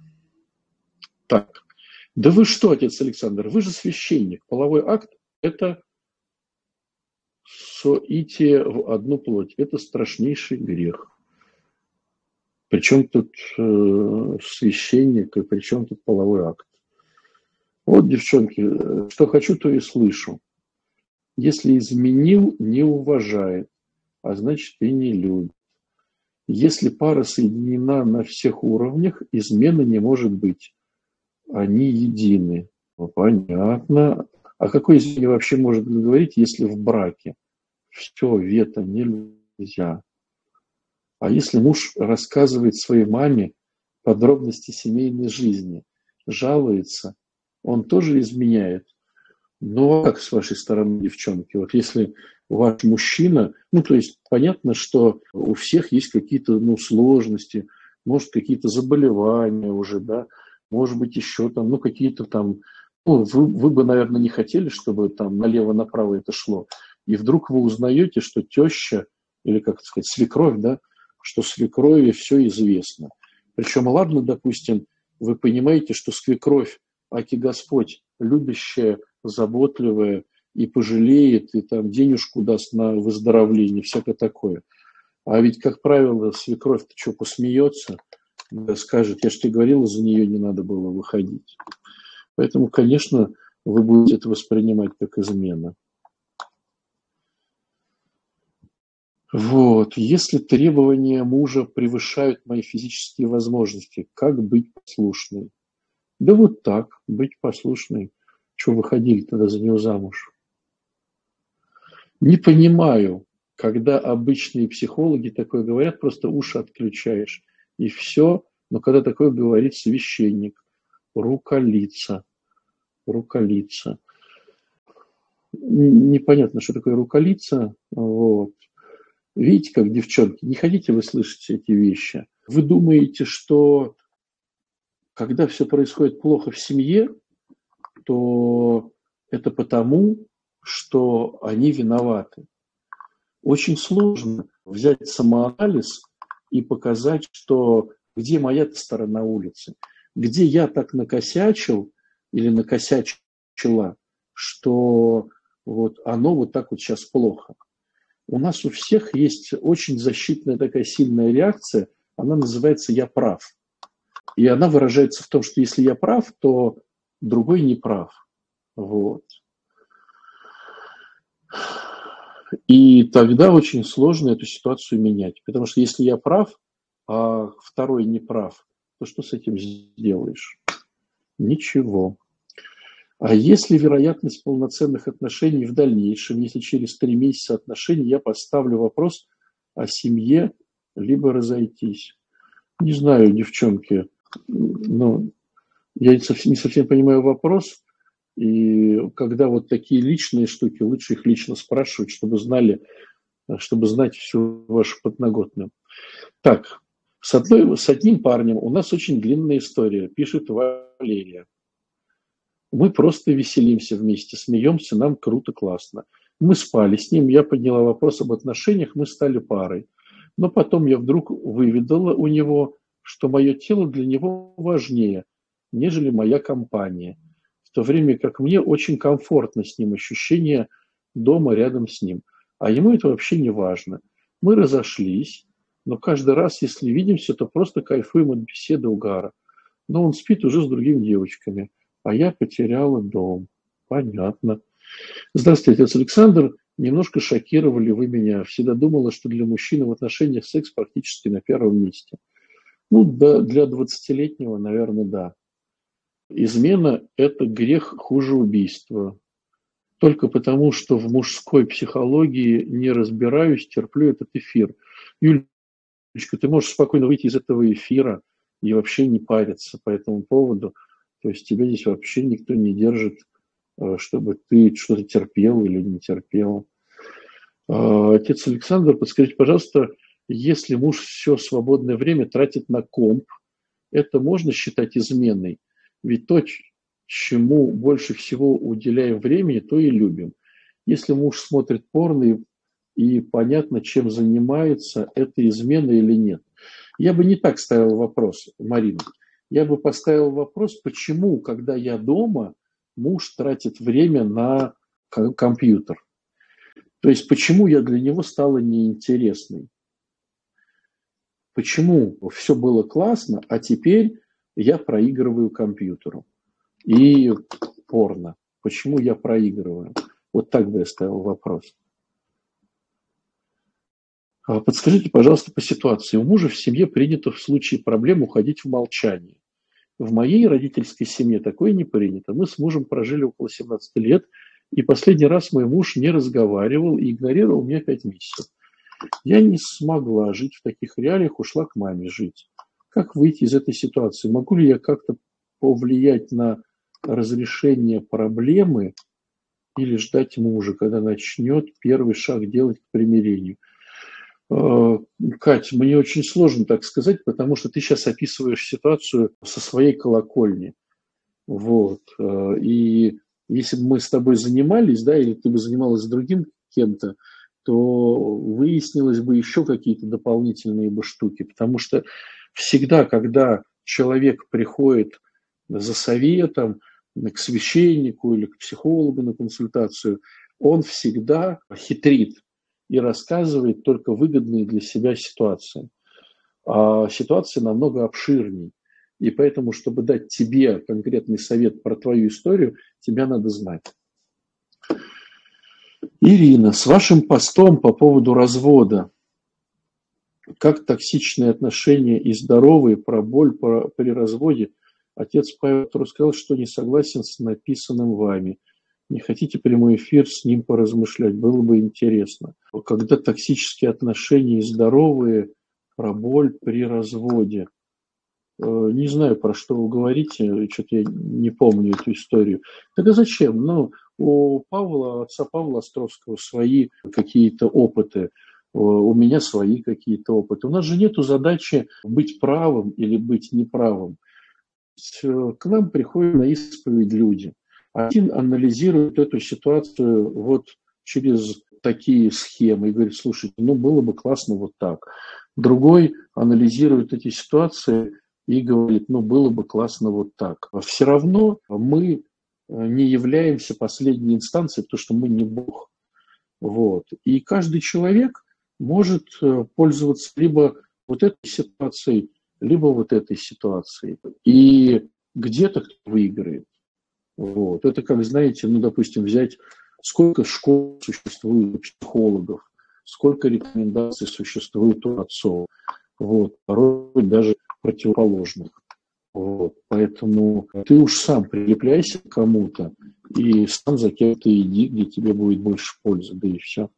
Так. Да вы что, отец Александр, вы же священник. Половой акт – это соитие в одну плоть. Это страшнейший грех. Причем тут э, священник, и причем тут половой акт. Вот, девчонки, что хочу, то и слышу. Если изменил, не уважает, а значит и не любит. Если пара соединена на всех уровнях, измены не может быть. Они едины. Ну, понятно. О какой измене вообще может говорить, если в браке? Все, вето, нельзя. А если муж рассказывает своей маме подробности семейной жизни, жалуется, он тоже изменяет? Ну, а как с вашей стороны, девчонки? Вот если ваш мужчина, ну, то есть понятно, что у всех есть какие-то, ну, сложности, может, какие-то заболевания уже, да, может быть, еще там, ну, какие-то там, ну, вы, вы бы, наверное, не хотели, чтобы там налево-направо это шло. И вдруг вы узнаете, что теща, или, как сказать, свекровь, да, что свекрови все известно. Причем, ладно, допустим, вы понимаете, что свекровь, аки Господь, любящая, заботливая, и пожалеет, и там денежку даст на выздоровление, всякое такое. А ведь, как правило, свекровь-то что, посмеется, скажет, я же тебе говорила, за нее не надо было выходить. Поэтому, конечно, вы будете это воспринимать как измена. Вот. Если требования мужа превышают мои физические возможности, как быть послушной? Да вот так, быть послушной. Чего выходили тогда за него замуж? Не понимаю, когда обычные психологи такое говорят, просто уши отключаешь, и все. Но когда такое говорит священник, руколица, руколица. Непонятно, что такое руколица. Вот. Видите, как, девчонки, не хотите вы слышать эти вещи? Вы думаете, что когда все происходит плохо в семье, то это потому, что они виноваты. Очень сложно взять самоанализ и показать, что где моя-то сторона улицы, где я так накосячил или накосячила, что вот оно вот так вот сейчас плохо. У нас у всех есть очень защитная такая сильная реакция, она называется «я прав». И она выражается в том, что если я прав, то другой не прав. Вот. И тогда очень сложно эту ситуацию менять. Потому что если я прав, а второй не прав, то что с этим сделаешь? Ничего. А если вероятность полноценных отношений в дальнейшем, если через три месяца отношений я поставлю вопрос о семье, либо разойтись? Не знаю, девчонки, но я не совсем, не совсем понимаю вопрос. И когда вот такие личные штуки, лучше их лично спрашивать, чтобы знали, чтобы знать всю вашу подноготную. Так, с, одной, с одним парнем у нас очень длинная история, пишет Валерия. Мы просто веселимся вместе, смеемся, нам круто, классно. Мы спали с ним, я подняла вопрос об отношениях, мы стали парой. Но потом я вдруг выведала у него, что мое тело для него важнее, нежели моя компания. В то время как мне очень комфортно с ним, ощущение дома рядом с ним. А ему это вообще не важно. Мы разошлись, но каждый раз, если видимся, то просто кайфуем от беседы, угара. Но он спит уже с другими девочками. А я потеряла дом. Понятно. Здравствуйте, отец Александр. Немножко шокировали вы меня. Всегда думала, что для мужчины в отношениях секс практически на первом месте. Ну, да, для двадцатилетнего, наверное, да. Измена – это грех хуже убийства. Только потому, что в мужской психологии не разбираюсь, терплю этот эфир. Юлечка, ты можешь спокойно выйти из этого эфира и вообще не париться по этому поводу. То есть тебя здесь вообще никто не держит, чтобы ты что-то терпел или не терпел. Отец Александр, подскажите, пожалуйста, если муж все свободное время тратит на комп, это можно считать изменой? Ведь то, чему больше всего уделяем времени, то и любим. Если муж смотрит порно и, и понятно, чем занимается, это измена или нет? Я бы не так ставил вопрос, Марина. Я бы поставил вопрос, почему, когда я дома, муж тратит время на компьютер. То есть, почему я для него стала неинтересной? Почему все было классно, а теперь я проигрываю компьютеру и порно? Почему я проигрываю? Вот так бы я ставил вопрос. Подскажите, пожалуйста, по ситуации. У мужа в семье принято в случае проблем уходить в молчание. В моей родительской семье такое не принято. Мы с мужем прожили около семнадцати лет, и последний раз мой муж не разговаривал и игнорировал меня пять месяцев. Я не смогла жить в таких реалиях, ушла к маме жить. Как выйти из этой ситуации? Могу ли я как-то повлиять на разрешение проблемы или ждать мужа, когда начнет первый шаг делать к примирению? Кать, мне очень сложно так сказать, потому что ты сейчас описываешь ситуацию со своей колокольни. Вот. И если бы мы с тобой занимались, да, или ты бы занималась с другим кем-то, то выяснилось бы еще какие-то дополнительные бы штуки. Потому что всегда, когда человек приходит за советом к священнику или к психологу на консультацию, он всегда хитрит и рассказывает только выгодные для себя ситуации. А ситуация намного обширнее. И поэтому, чтобы дать тебе конкретный совет про твою историю, тебя надо знать. Ирина, с вашим постом по поводу развода, как токсичные отношения и здоровые, про боль про, при разводе, отец Павел рассказал, что не согласен с написанным вами. Не хотите прямой эфир с ним поразмышлять? Было бы интересно. Когда токсические отношения и здоровые, про боль при разводе. Не знаю, про что вы говорите, что-то я не помню эту историю. Тогда зачем? Ну, у Павла, отца Павла Островского свои какие-то опыты, у меня свои какие-то опыты. У нас же нету задачи быть правым или быть неправым. К нам приходят на исповедь люди. Один анализирует эту ситуацию вот через такие схемы и говорит, слушайте, ну было бы классно вот так. Другой анализирует эти ситуации и говорит, ну, было бы классно вот так. Все равно мы не являемся последней инстанцией, потому что мы не Бог. Вот. И каждый человек может пользоваться либо вот этой ситуацией, либо вот этой ситуацией. И где-то кто выиграет. Вот. Это как, знаете, ну, допустим, взять, сколько школ существует у психологов, сколько рекомендаций существует у отцов. Вот. Порой даже противоположных. Вот. Поэтому ты уж сам прилепляйся к кому-то и сам за кем-то иди, где тебе будет больше пользы, да и все.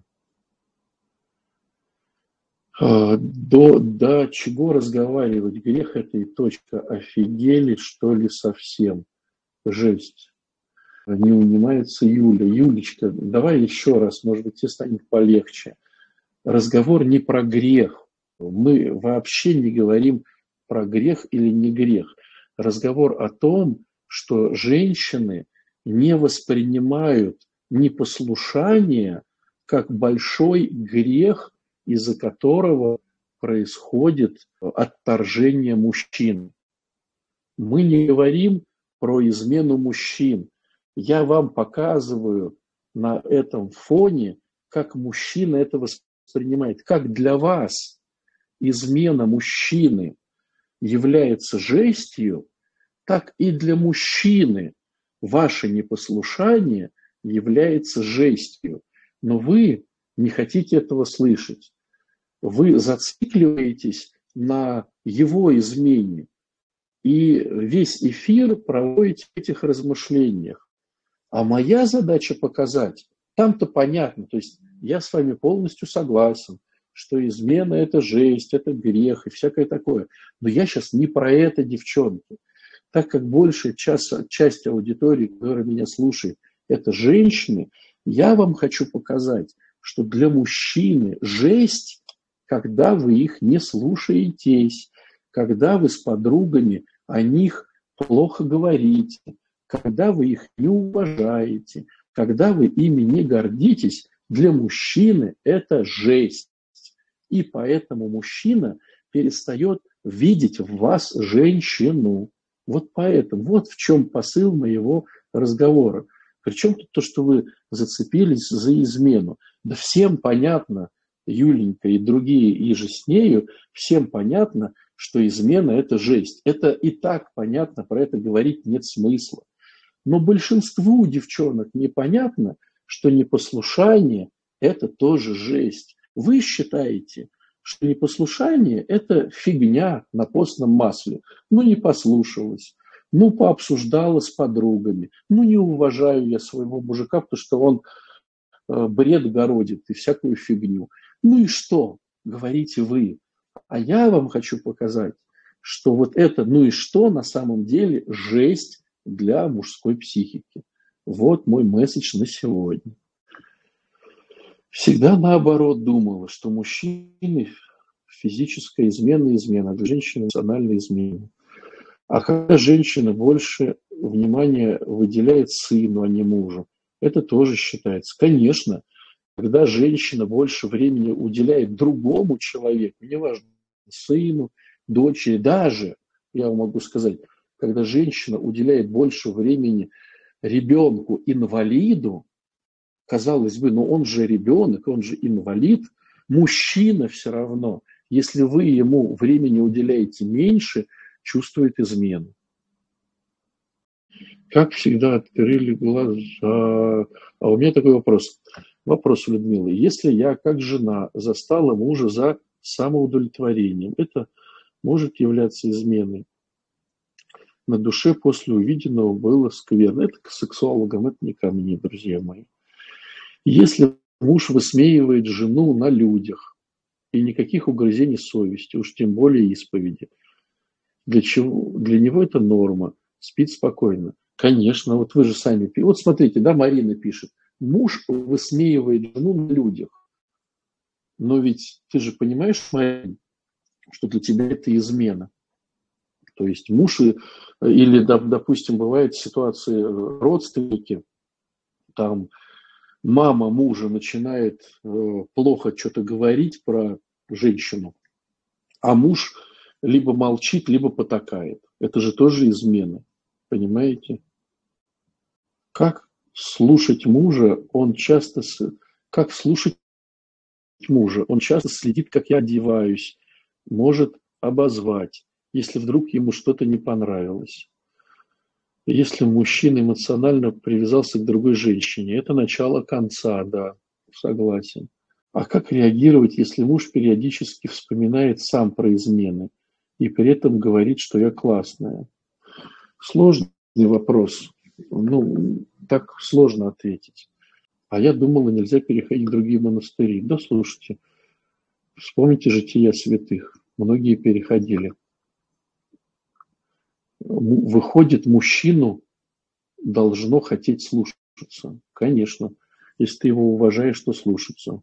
До, до чего разговаривать? Грех это и точка. Офигели, что ли, совсем? Жесть. Не унимается Юля. Юлечка, давай еще раз, может быть, тебе станет полегче. Разговор не про грех. Мы вообще не говорим про грех или не грех. Разговор о том, что женщины не воспринимают непослушание как большой грех, из-за которого происходит отторжение мужчин. Мы не говорим про измену мужчин. Я вам показываю на этом фоне, как мужчина это воспринимает. Как для вас измена мужчины является жестью, так и для мужчины ваше непослушание является жестью. Но вы не хотите этого слышать. Вы зацикливаетесь на его измене. И весь эфир проводите в этих размышлениях. А моя задача показать, там-то понятно, то есть я с вами полностью согласен, что измена – это жесть, это грех и всякое такое. Но я сейчас не про это, девчонки. Так как большая часть, часть аудитории, которая меня слушает, это женщины, я вам хочу показать, что для мужчины жесть, когда вы их не слушаетесь, когда вы с подругами о них плохо говорите, когда вы их не уважаете, когда вы ими не гордитесь, для мужчины это жесть. И поэтому мужчина перестает видеть в вас женщину. Вот поэтому, вот в чем посыл моего разговора. Причем тут то, что вы зацепились за измену. Да всем понятно, Юленька и другие, и же с нею, всем понятно, что измена – это жесть. Это и так понятно, про это говорить нет смысла. Но большинству девчонок непонятно, что непослушание – это тоже жесть. Вы считаете, что непослушание – это фигня на постном масле. Ну, не послушалась, ну, пообсуждала с подругами, ну, не уважаю я своего мужика, потому что он э, бред городит и всякую фигню. Ну и что, говорите вы. А я вам хочу показать, что вот это «ну и что» на самом деле жесть для мужской психики. Вот мой месседж на сегодня. Всегда наоборот думала, что мужчины физическая измена измена, а для женщины эмоциональная измена. А когда женщина больше внимания выделяет сыну, а не мужу, это тоже считается. Конечно, когда женщина больше времени уделяет другому человеку, неважно, сыну, дочери, даже, я вам могу сказать, когда женщина уделяет больше времени ребенку-инвалиду, казалось бы, но он же ребенок, он же инвалид, мужчина все равно, если вы ему времени уделяете меньше, чувствует измену. Как всегда, открыли глаза. А у меня такой вопрос. Вопрос у Людмилы. Если я, как жена, застала мужа за самоудовлетворением, это может являться изменой? На душе после увиденного было скверно. Это к сексологам, это не ко мне, друзья мои. Если муж высмеивает жену на людях, и никаких угрызений совести, уж тем более исповеди, для чего? Для него это норма, спит спокойно. Конечно, вот вы же сами пишете. Вот смотрите, да, Марина пишет, муж высмеивает жену на людях. Но ведь ты же понимаешь, Марина, что для тебя это измена. То есть муж, или, допустим, бывают ситуации, родственники, там мама мужа начинает плохо что-то говорить про женщину, А муж либо молчит, либо потакает. Это же тоже измена. Понимаете? Как слушать мужа, он часто... Как слушать мужа? Он часто следит, как я одеваюсь, может обозвать, если вдруг ему что-то не понравилось. Если мужчина эмоционально привязался к другой женщине, это начало конца, да, согласен. А как реагировать, если муж периодически вспоминает сам про измены и при этом говорит, что я классная? Сложный вопрос. Ну, так сложно ответить. А я думала, нельзя переходить в другие монастыри. Да, слушайте, вспомните жития святых. Многие переходили. Выходит, мужчину должно хотеть слушаться. Конечно. Если ты его уважаешь, то слушаться.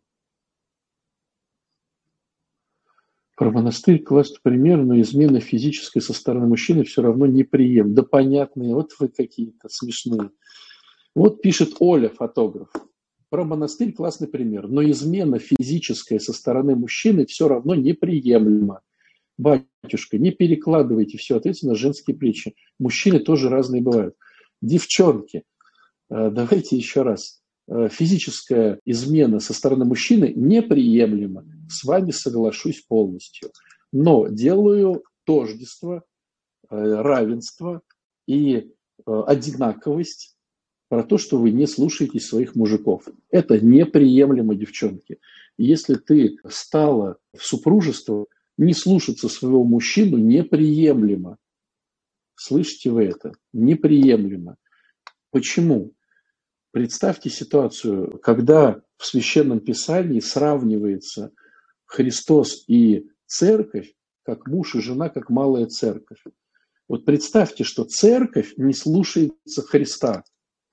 Про монастырь класть пример, но измена физической со стороны мужчины все равно неприемлема. Да понятные, вот вы какие-то смешные. Вот пишет Оля, фотограф. Про монастырь классный пример, но измена физическая со стороны мужчины все равно неприемлема. Батюшка, не перекладывайте всю ответственность на женские плечи. Мужчины тоже разные бывают. Девчонки, давайте еще раз. Физическая измена со стороны мужчины неприемлема. С вами соглашусь полностью. Но делаю тождество, равенство и одинаковость про то, что вы не слушаете своих мужиков. Это неприемлемо, девчонки. Если ты стала в супружество, не слушаться своего мужчину неприемлемо. Слышите вы это? Неприемлемо. Почему? Представьте ситуацию, когда в Священном Писании сравнивается Христос и церковь, как муж и жена, как малая церковь. Вот представьте, что церковь не слушается Христа.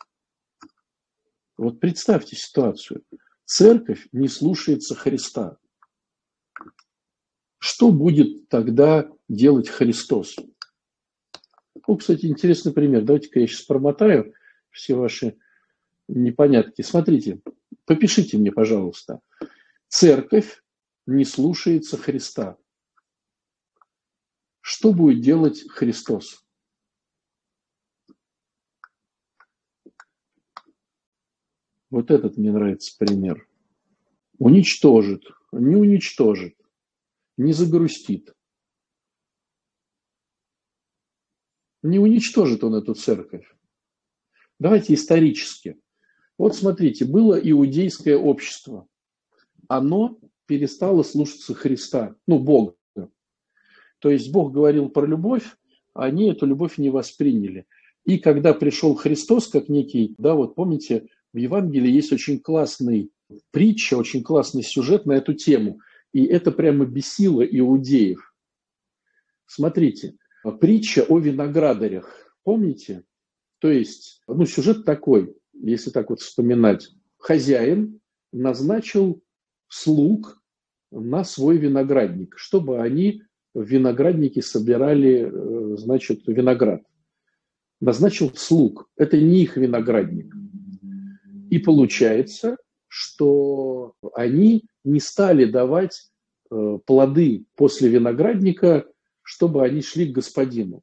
Вот представьте ситуацию. Церковь не слушается Христа. Что будет тогда делать Христос? Ну, кстати, интересный пример. Давайте-ка я сейчас промотаю все ваши непонятки. Смотрите, попишите мне, пожалуйста. Церковь не слушается Христа. Что будет делать Христос? Вот этот мне нравится пример. Уничтожит, не уничтожит, не загрустит. Не уничтожит он эту церковь. Давайте исторически. Вот смотрите, было иудейское общество. Оно перестало слушаться Христа, ну, Бога. То есть Бог говорил про любовь, а они эту любовь не восприняли. И когда пришел Христос, как некий, да, вот помните, в Евангелии есть очень классный притча, очень классный сюжет на эту тему. И это прямо бесило иудеев. Смотрите, притча о виноградарях. Помните? То есть, ну, сюжет такой, если так вот вспоминать. Хозяин назначил слуг на свой виноградник, чтобы они в винограднике собирали, значит, виноград. Назначил слуг. Это не их виноградник. И получается, что они не стали давать плоды после виноградника, чтобы они шли к господину.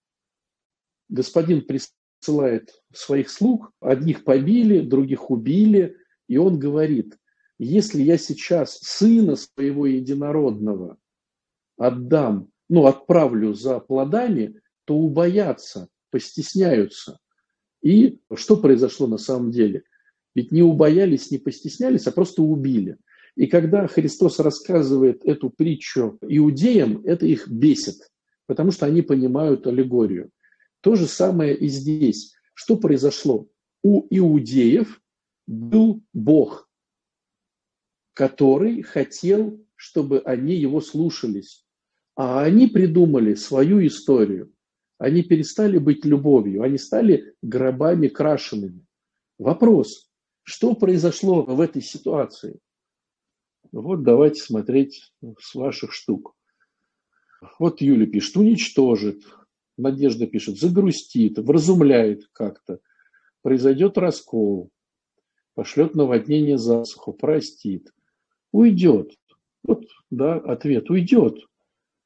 Господин присылает своих слуг, одних побили, других убили, и он говорит: если я сейчас сына своего единородного отдам, ну, отправлю за плодами, то убоятся, постесняются. И что произошло на самом деле? Ведь не убоялись, не постеснялись, а просто убили. И когда Христос рассказывает эту притчу иудеям, это их бесит, потому что они понимают аллегорию. То же самое и здесь. Что произошло? У иудеев был Бог, который хотел, чтобы они его слушались. А они придумали свою историю. Они перестали быть любовью, они стали гробами крашенными. Вопрос, что произошло в этой ситуации? Вот давайте смотреть с ваших штук. Вот Юля пишет: уничтожит. Надежда пишет: загрустит, вразумляет как-то. Произойдет раскол. Пошлет наводнение, засуху, простит. Уйдет. Вот, да, ответ: уйдет.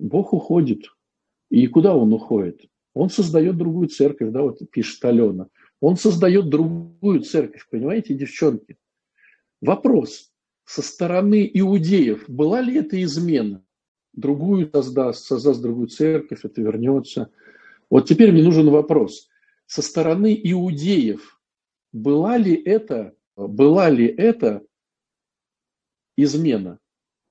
Бог уходит. И куда он уходит? Он создает другую церковь, да, вот пишет Алена. Он создает другую церковь, понимаете, девчонки? Вопрос. Со стороны иудеев была ли это измена? Другую создаст, создаст другую церковь, это вернется. Вот теперь мне нужен вопрос. Со стороны иудеев была ли это, была ли это измена?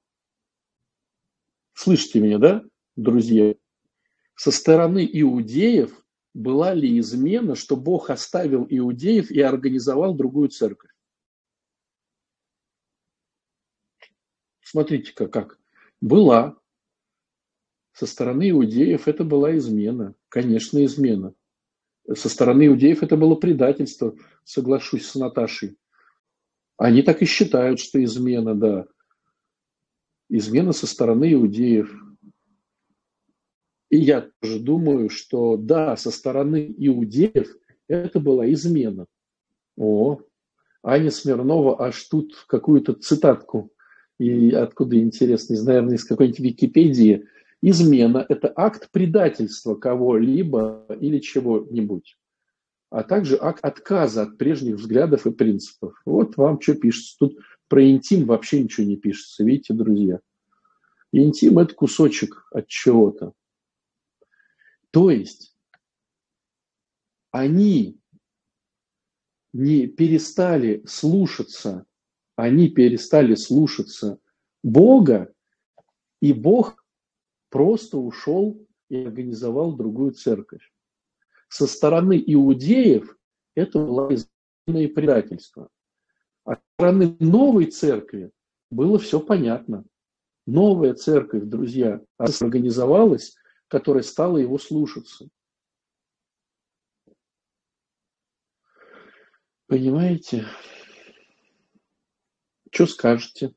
Слышите меня, да, друзья? Со стороны иудеев была ли измена, что Бог оставил иудеев и организовал другую церковь? Смотрите-ка как. Была. Со стороны иудеев это была измена. Конечно, измена. Со стороны иудеев это было предательство, соглашусь с Наташей. Они так и считают, что измена, да. Измена со стороны иудеев. И я тоже думаю, что да, со стороны иудеев это была измена. О, Аня Смирнова аж тут какую-то цитатку, и откуда интересно, из, наверное, из какой-нибудь Википедии. Измена – это акт предательства кого-либо или чего-нибудь, а также акт отказа от прежних взглядов и принципов. Вот вам что пишется. Тут про интим вообще ничего не пишется, видите, друзья. Интим – это кусочек от чего-то. То есть они не перестали слушаться, они перестали слушаться Бога, и Бог просто ушел и организовал другую церковь. Со стороны иудеев это было измена и предательство. А со стороны новой церкви было все понятно. Новая церковь, друзья, организовалась, которая стала его слушаться. Понимаете? Что скажете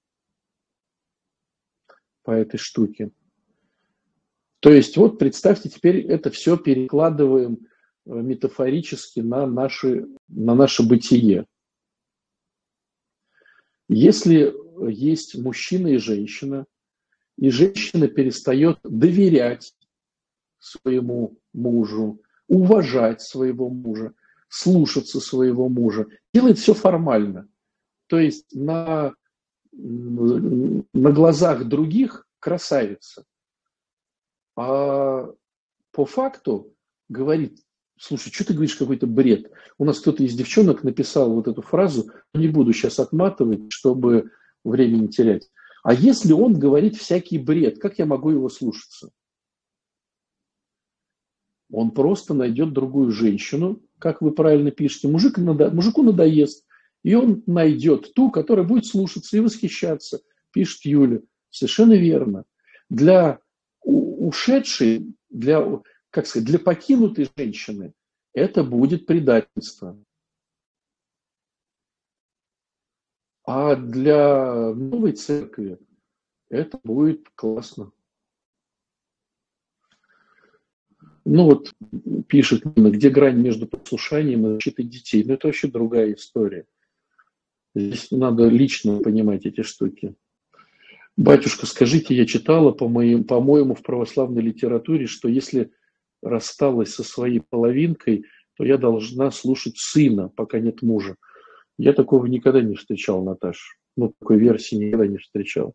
по этой штуке? То есть вот представьте, теперь это все перекладываем метафорически на, наши, на наше бытие. Если есть мужчина и женщина, и женщина перестает доверять своему мужу, уважать своего мужа, слушаться своего мужа, делает все формально. То есть на, на глазах других красавица. А по факту говорит: слушай, что ты говоришь, какой-то бред. У нас кто-то из девчонок написал вот эту фразу, не буду сейчас отматывать, чтобы время не терять. А если он говорит всякий бред, как я могу его слушаться? Он просто найдет другую женщину, как вы правильно пишете. Мужик надо, мужику надоест, и он найдет ту, которая будет слушаться и восхищаться, пишет Юля. Совершенно верно. Для ушедшей, для, как сказать, для покинутой женщины это будет предательство. А для новой церкви это будет классно. Ну вот пишет Нина, где грань между послушанием и защитой детей. Но это вообще другая история. Здесь надо лично понимать эти штуки. Батюшка, скажите, я читала, по-моему, по-моему, в православной литературе, что если рассталась со своей половинкой, то я должна слушать сына, пока нет мужа. Я такого никогда не встречал, Наташа. Ну, такой версии никогда не встречал.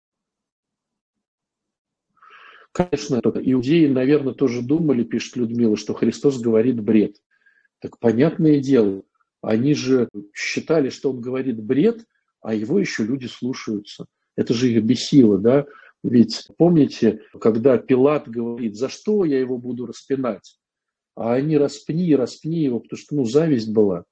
Конечно, иудеи, наверное, тоже думали, пишет Людмила, что Христос говорит бред. Так понятное дело, они же считали, что он говорит бред, а его еще люди слушаются. Это же их бесило, да? Ведь помните, когда Пилат говорит, за что я его буду распинать? А они распни, распни его, потому что, ну, зависть была.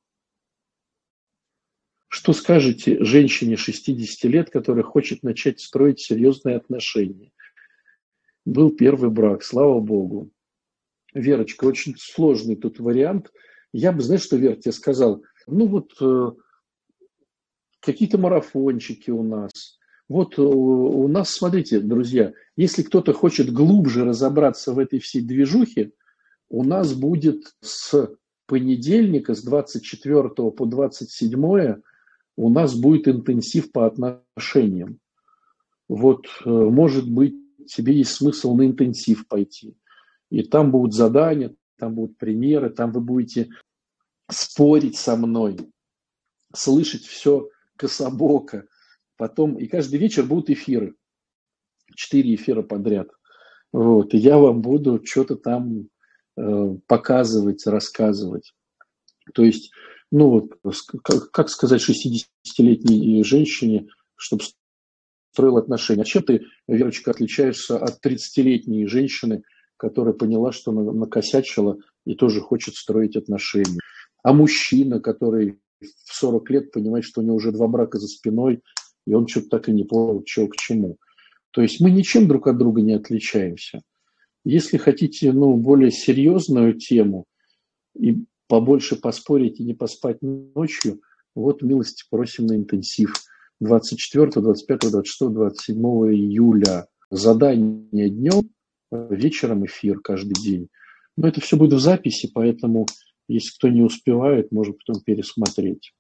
Что скажете женщине шестидесяти лет, которая хочет начать строить серьезные отношения? Был первый брак, слава богу. Верочка, очень сложный тут вариант. Я бы, знаешь, что, Вер, тебе сказал? Ну вот э, какие-то марафончики у нас. Вот э, у нас, смотрите, друзья, если кто-то хочет глубже разобраться в этой всей движухе, у нас будет с понедельника, с двадцать четвёртого по двадцать седьмое, у нас будет интенсив по отношениям. Вот, э, может быть, тебе есть смысл на интенсив пойти. И там будут задания, там будут примеры, там вы будете спорить со мной, слышать все кособоко. Потом, и каждый вечер будут эфиры, четыре эфира подряд. Вот, и я вам буду что-то там э, показывать, рассказывать. То есть, ну вот, как, как сказать шестидесятилетней женщине, чтобы строил отношения. А чем ты, Верочка, отличаешься от тридцатилетней женщины, которая поняла, что накосячила и тоже хочет строить отношения? А мужчина, который в сорок лет понимает, что у него уже два брака за спиной, и он что-то так и не понял, что к чему. То есть мы ничем друг от друга не отличаемся. Если хотите, ну, более серьезную тему и побольше поспорить и не поспать ночью, вот милости просим на интенсив. двадцать четвёртого, двадцать пятого, двадцать шестого, двадцать седьмого июля. Задание днем, вечером эфир каждый день. Но это все будет в записи, поэтому, если кто не успевает, может потом пересмотреть.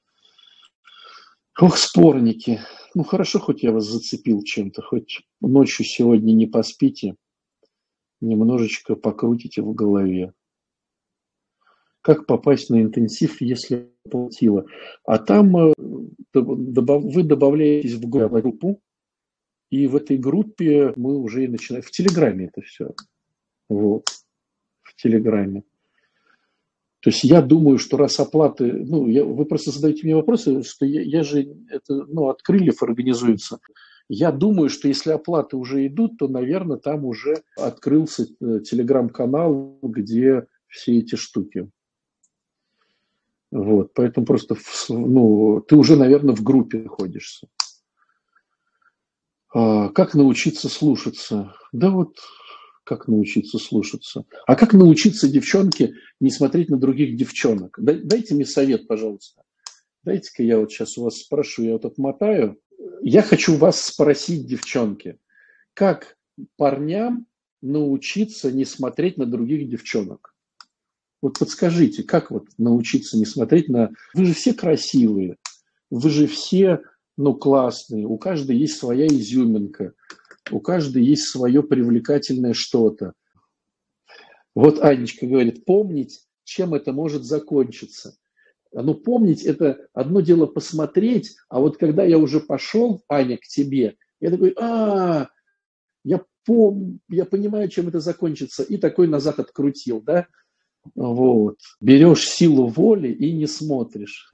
Ох, спорники. Ну, хорошо, хоть я вас зацепил чем-то, хоть ночью сегодня не поспите, немножечко покрутите в голове. Как попасть на интенсив, если оплатила? А там вы добавляетесь в группу, и в этой группе мы уже и начинаем. В Телеграме это все. Вот. В Телеграме. То есть я думаю, что раз оплаты... Ну, я, вы просто задаете мне вопросы, что я, я же... Это, ну, от крыльев организуется. Я думаю, что если оплаты уже идут, то, наверное, там уже открылся Телеграм-канал, где все эти штуки. Вот, поэтому просто, ну, ты уже, наверное, в группе находишься. А, как научиться слушаться? Да вот, как научиться слушаться? А как научиться, девчонке, не смотреть на других девчонок? Дайте мне совет, пожалуйста. Дайте-ка я вот сейчас у вас спрошу, я вот отмотаю. Я хочу вас спросить, девчонки, как парням научиться не смотреть на других девчонок? Вот подскажите, как вот научиться не смотреть на... Вы же все красивые, вы же все, ну, классные, у каждой есть своя изюминка, у каждой есть свое привлекательное что-то. Вот Анечка говорит, помнить, чем это может закончиться. Ну, помнить, это одно дело посмотреть, а вот когда я уже пошел, Аня, к тебе, я такой, а, я, пом... я понимаю, чем это закончится, и такой назад открутил, да? Вот. Берешь силу воли и не смотришь.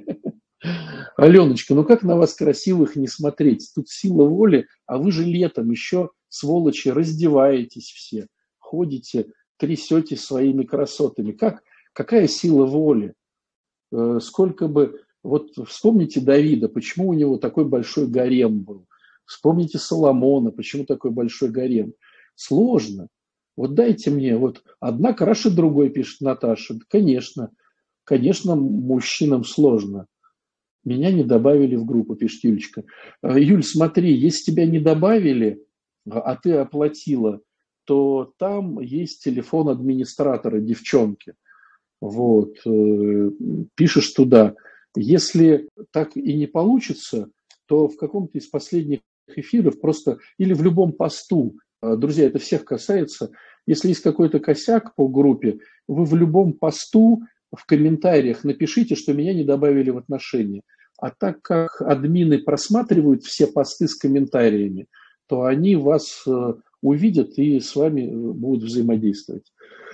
Аленочка, ну как на вас красивых не смотреть? Тут сила воли, а вы же летом еще, сволочи, раздеваетесь все, ходите, трясете своими красотами. Как, какая сила воли? Сколько бы... Вот вспомните Давида, почему у него такой большой гарем был. Вспомните Соломона, почему такой большой гарем. Сложно. Вот дайте мне, вот одна краше другой, пишет Наташа. Конечно, конечно, мужчинам сложно. Меня не добавили в группу, пишет Юлечка. Юль, смотри, если тебя не добавили, а ты оплатила, то там есть телефон администратора, девчонки. Вот, пишешь туда. Если так и не получится, то в каком-то из последних эфиров просто или в любом посту, друзья, это всех касается, если есть какой-то косяк по группе, вы в любом посту в комментариях напишите, что меня не добавили в отношения. А так как админы просматривают все посты с комментариями, то они вас увидят и с вами будут взаимодействовать.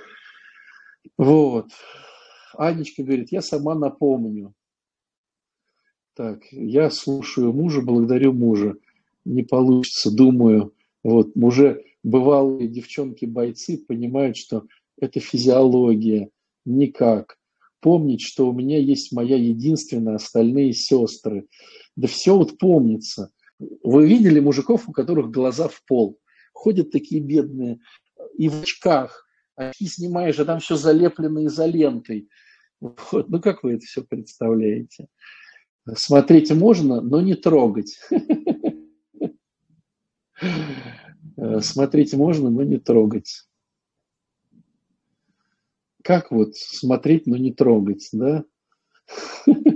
Вот. Анечка говорит, я сама напомню. Так, я слушаю мужа, благодарю мужа. Не получится, думаю. Вот, уже бывалые девчонки-бойцы понимают, что это физиология. Никак. Помнить, что у меня есть моя единственная, остальные сестры. Да все вот помнится. Вы видели мужиков, у которых глаза в пол? Ходят такие бедные и в очках. Очки снимаешь, а там все залеплено изолентой. Вот. Ну, как вы это все представляете? Смотреть можно, но не трогать. Смотреть можно, но не трогать. Как вот смотреть, но не трогать, да?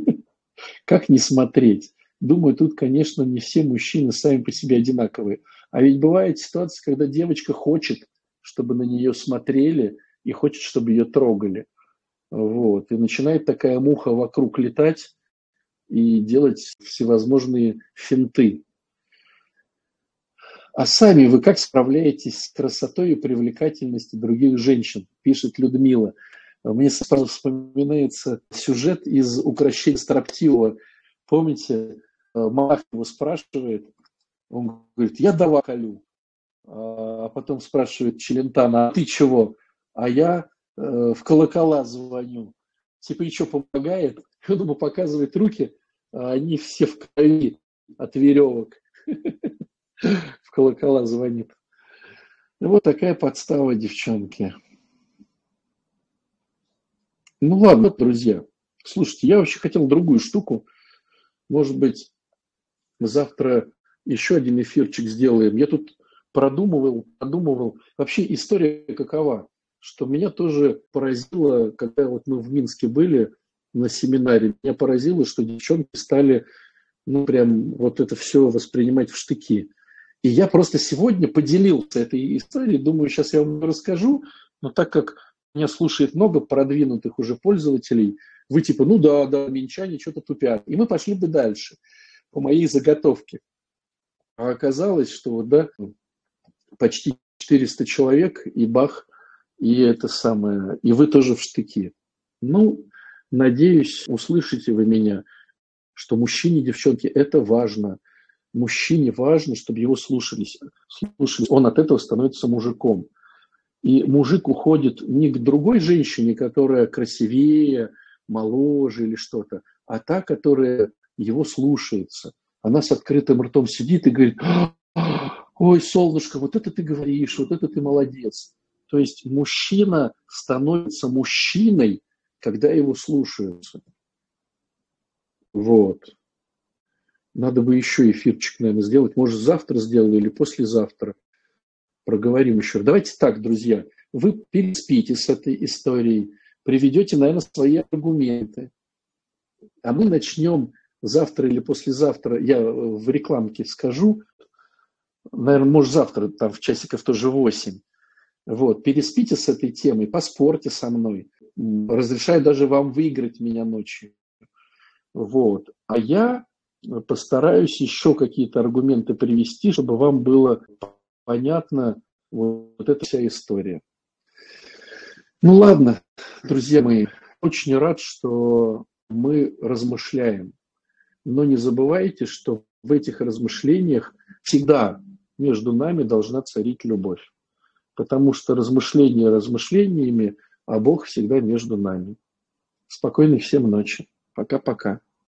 Как не смотреть? Думаю, тут, конечно, не все мужчины сами по себе одинаковые. А ведь бывает ситуация, когда девочка хочет, чтобы на нее смотрели, и хочет, чтобы ее трогали. Вот. И начинает такая муха вокруг летать и делать всевозможные финты. А сами вы как справляетесь с красотой и привлекательностью других женщин? Пишет Людмила. Мне сразу вспоминается сюжет из «Укрощения строптивого». Помните, Малах его спрашивает, он говорит, я дрова колю. А потом спрашивает Челентано, а ты чего? А я э, в колокола звоню. Типа, и что, помогает? Он ему показывает руки, а они все в крови от веревок. В колокола звонит. Вот такая подстава, девчонки. Ну ладно, друзья. Слушайте, я вообще хотел другую штуку. Может быть, завтра еще один эфирчик сделаем. Я тут продумывал, продумывал. Вообще история какова? Что меня тоже поразило, когда вот мы в Минске были на семинаре, меня поразило, что девчонки стали, ну, прям вот это все воспринимать в штыки. И я просто сегодня поделился этой историей, думаю, сейчас я вам расскажу, но так как меня слушает много продвинутых уже пользователей, вы типа, ну да, да, минчане что-то тупят. И мы пошли бы дальше по моей заготовке. А оказалось, что вот, да, почти четыреста человек, и бах, и это самое, и вы тоже в штыки. Ну, надеюсь, услышите вы меня, что мужчине, девчонки, это важно. Мужчине важно, чтобы его слушались. слушались. Он от этого становится мужиком. И мужик уходит не к другой женщине, которая красивее, моложе или что-то, а та, которая его слушается. Она с открытым ртом сидит и говорит, ой, солнышко, вот это ты говоришь, вот это ты молодец. То есть мужчина становится мужчиной, когда его слушаются. Вот. Надо бы еще эфирчик, наверное, сделать. Может, завтра сделаю или послезавтра. Проговорим еще. Давайте так, друзья. Вы переспите с этой историей, приведете, наверное, свои аргументы. А мы начнем завтра или послезавтра, я в рекламке скажу, наверное, может, завтра, там, в часиков тоже восемь. Вот, переспите с этой темой, поспорьте со мной. Разрешаю даже вам выиграть меня ночью. Вот. А я постараюсь еще какие-то аргументы привести, чтобы вам было понятно вот, вот эта вся история. Ну ладно, друзья мои, очень рад, что мы размышляем. Но не забывайте, что в этих размышлениях всегда между нами должна царить любовь. Потому что размышления размышлениями, а Бог всегда между нами. Спокойной всем ночи. Пока-пока.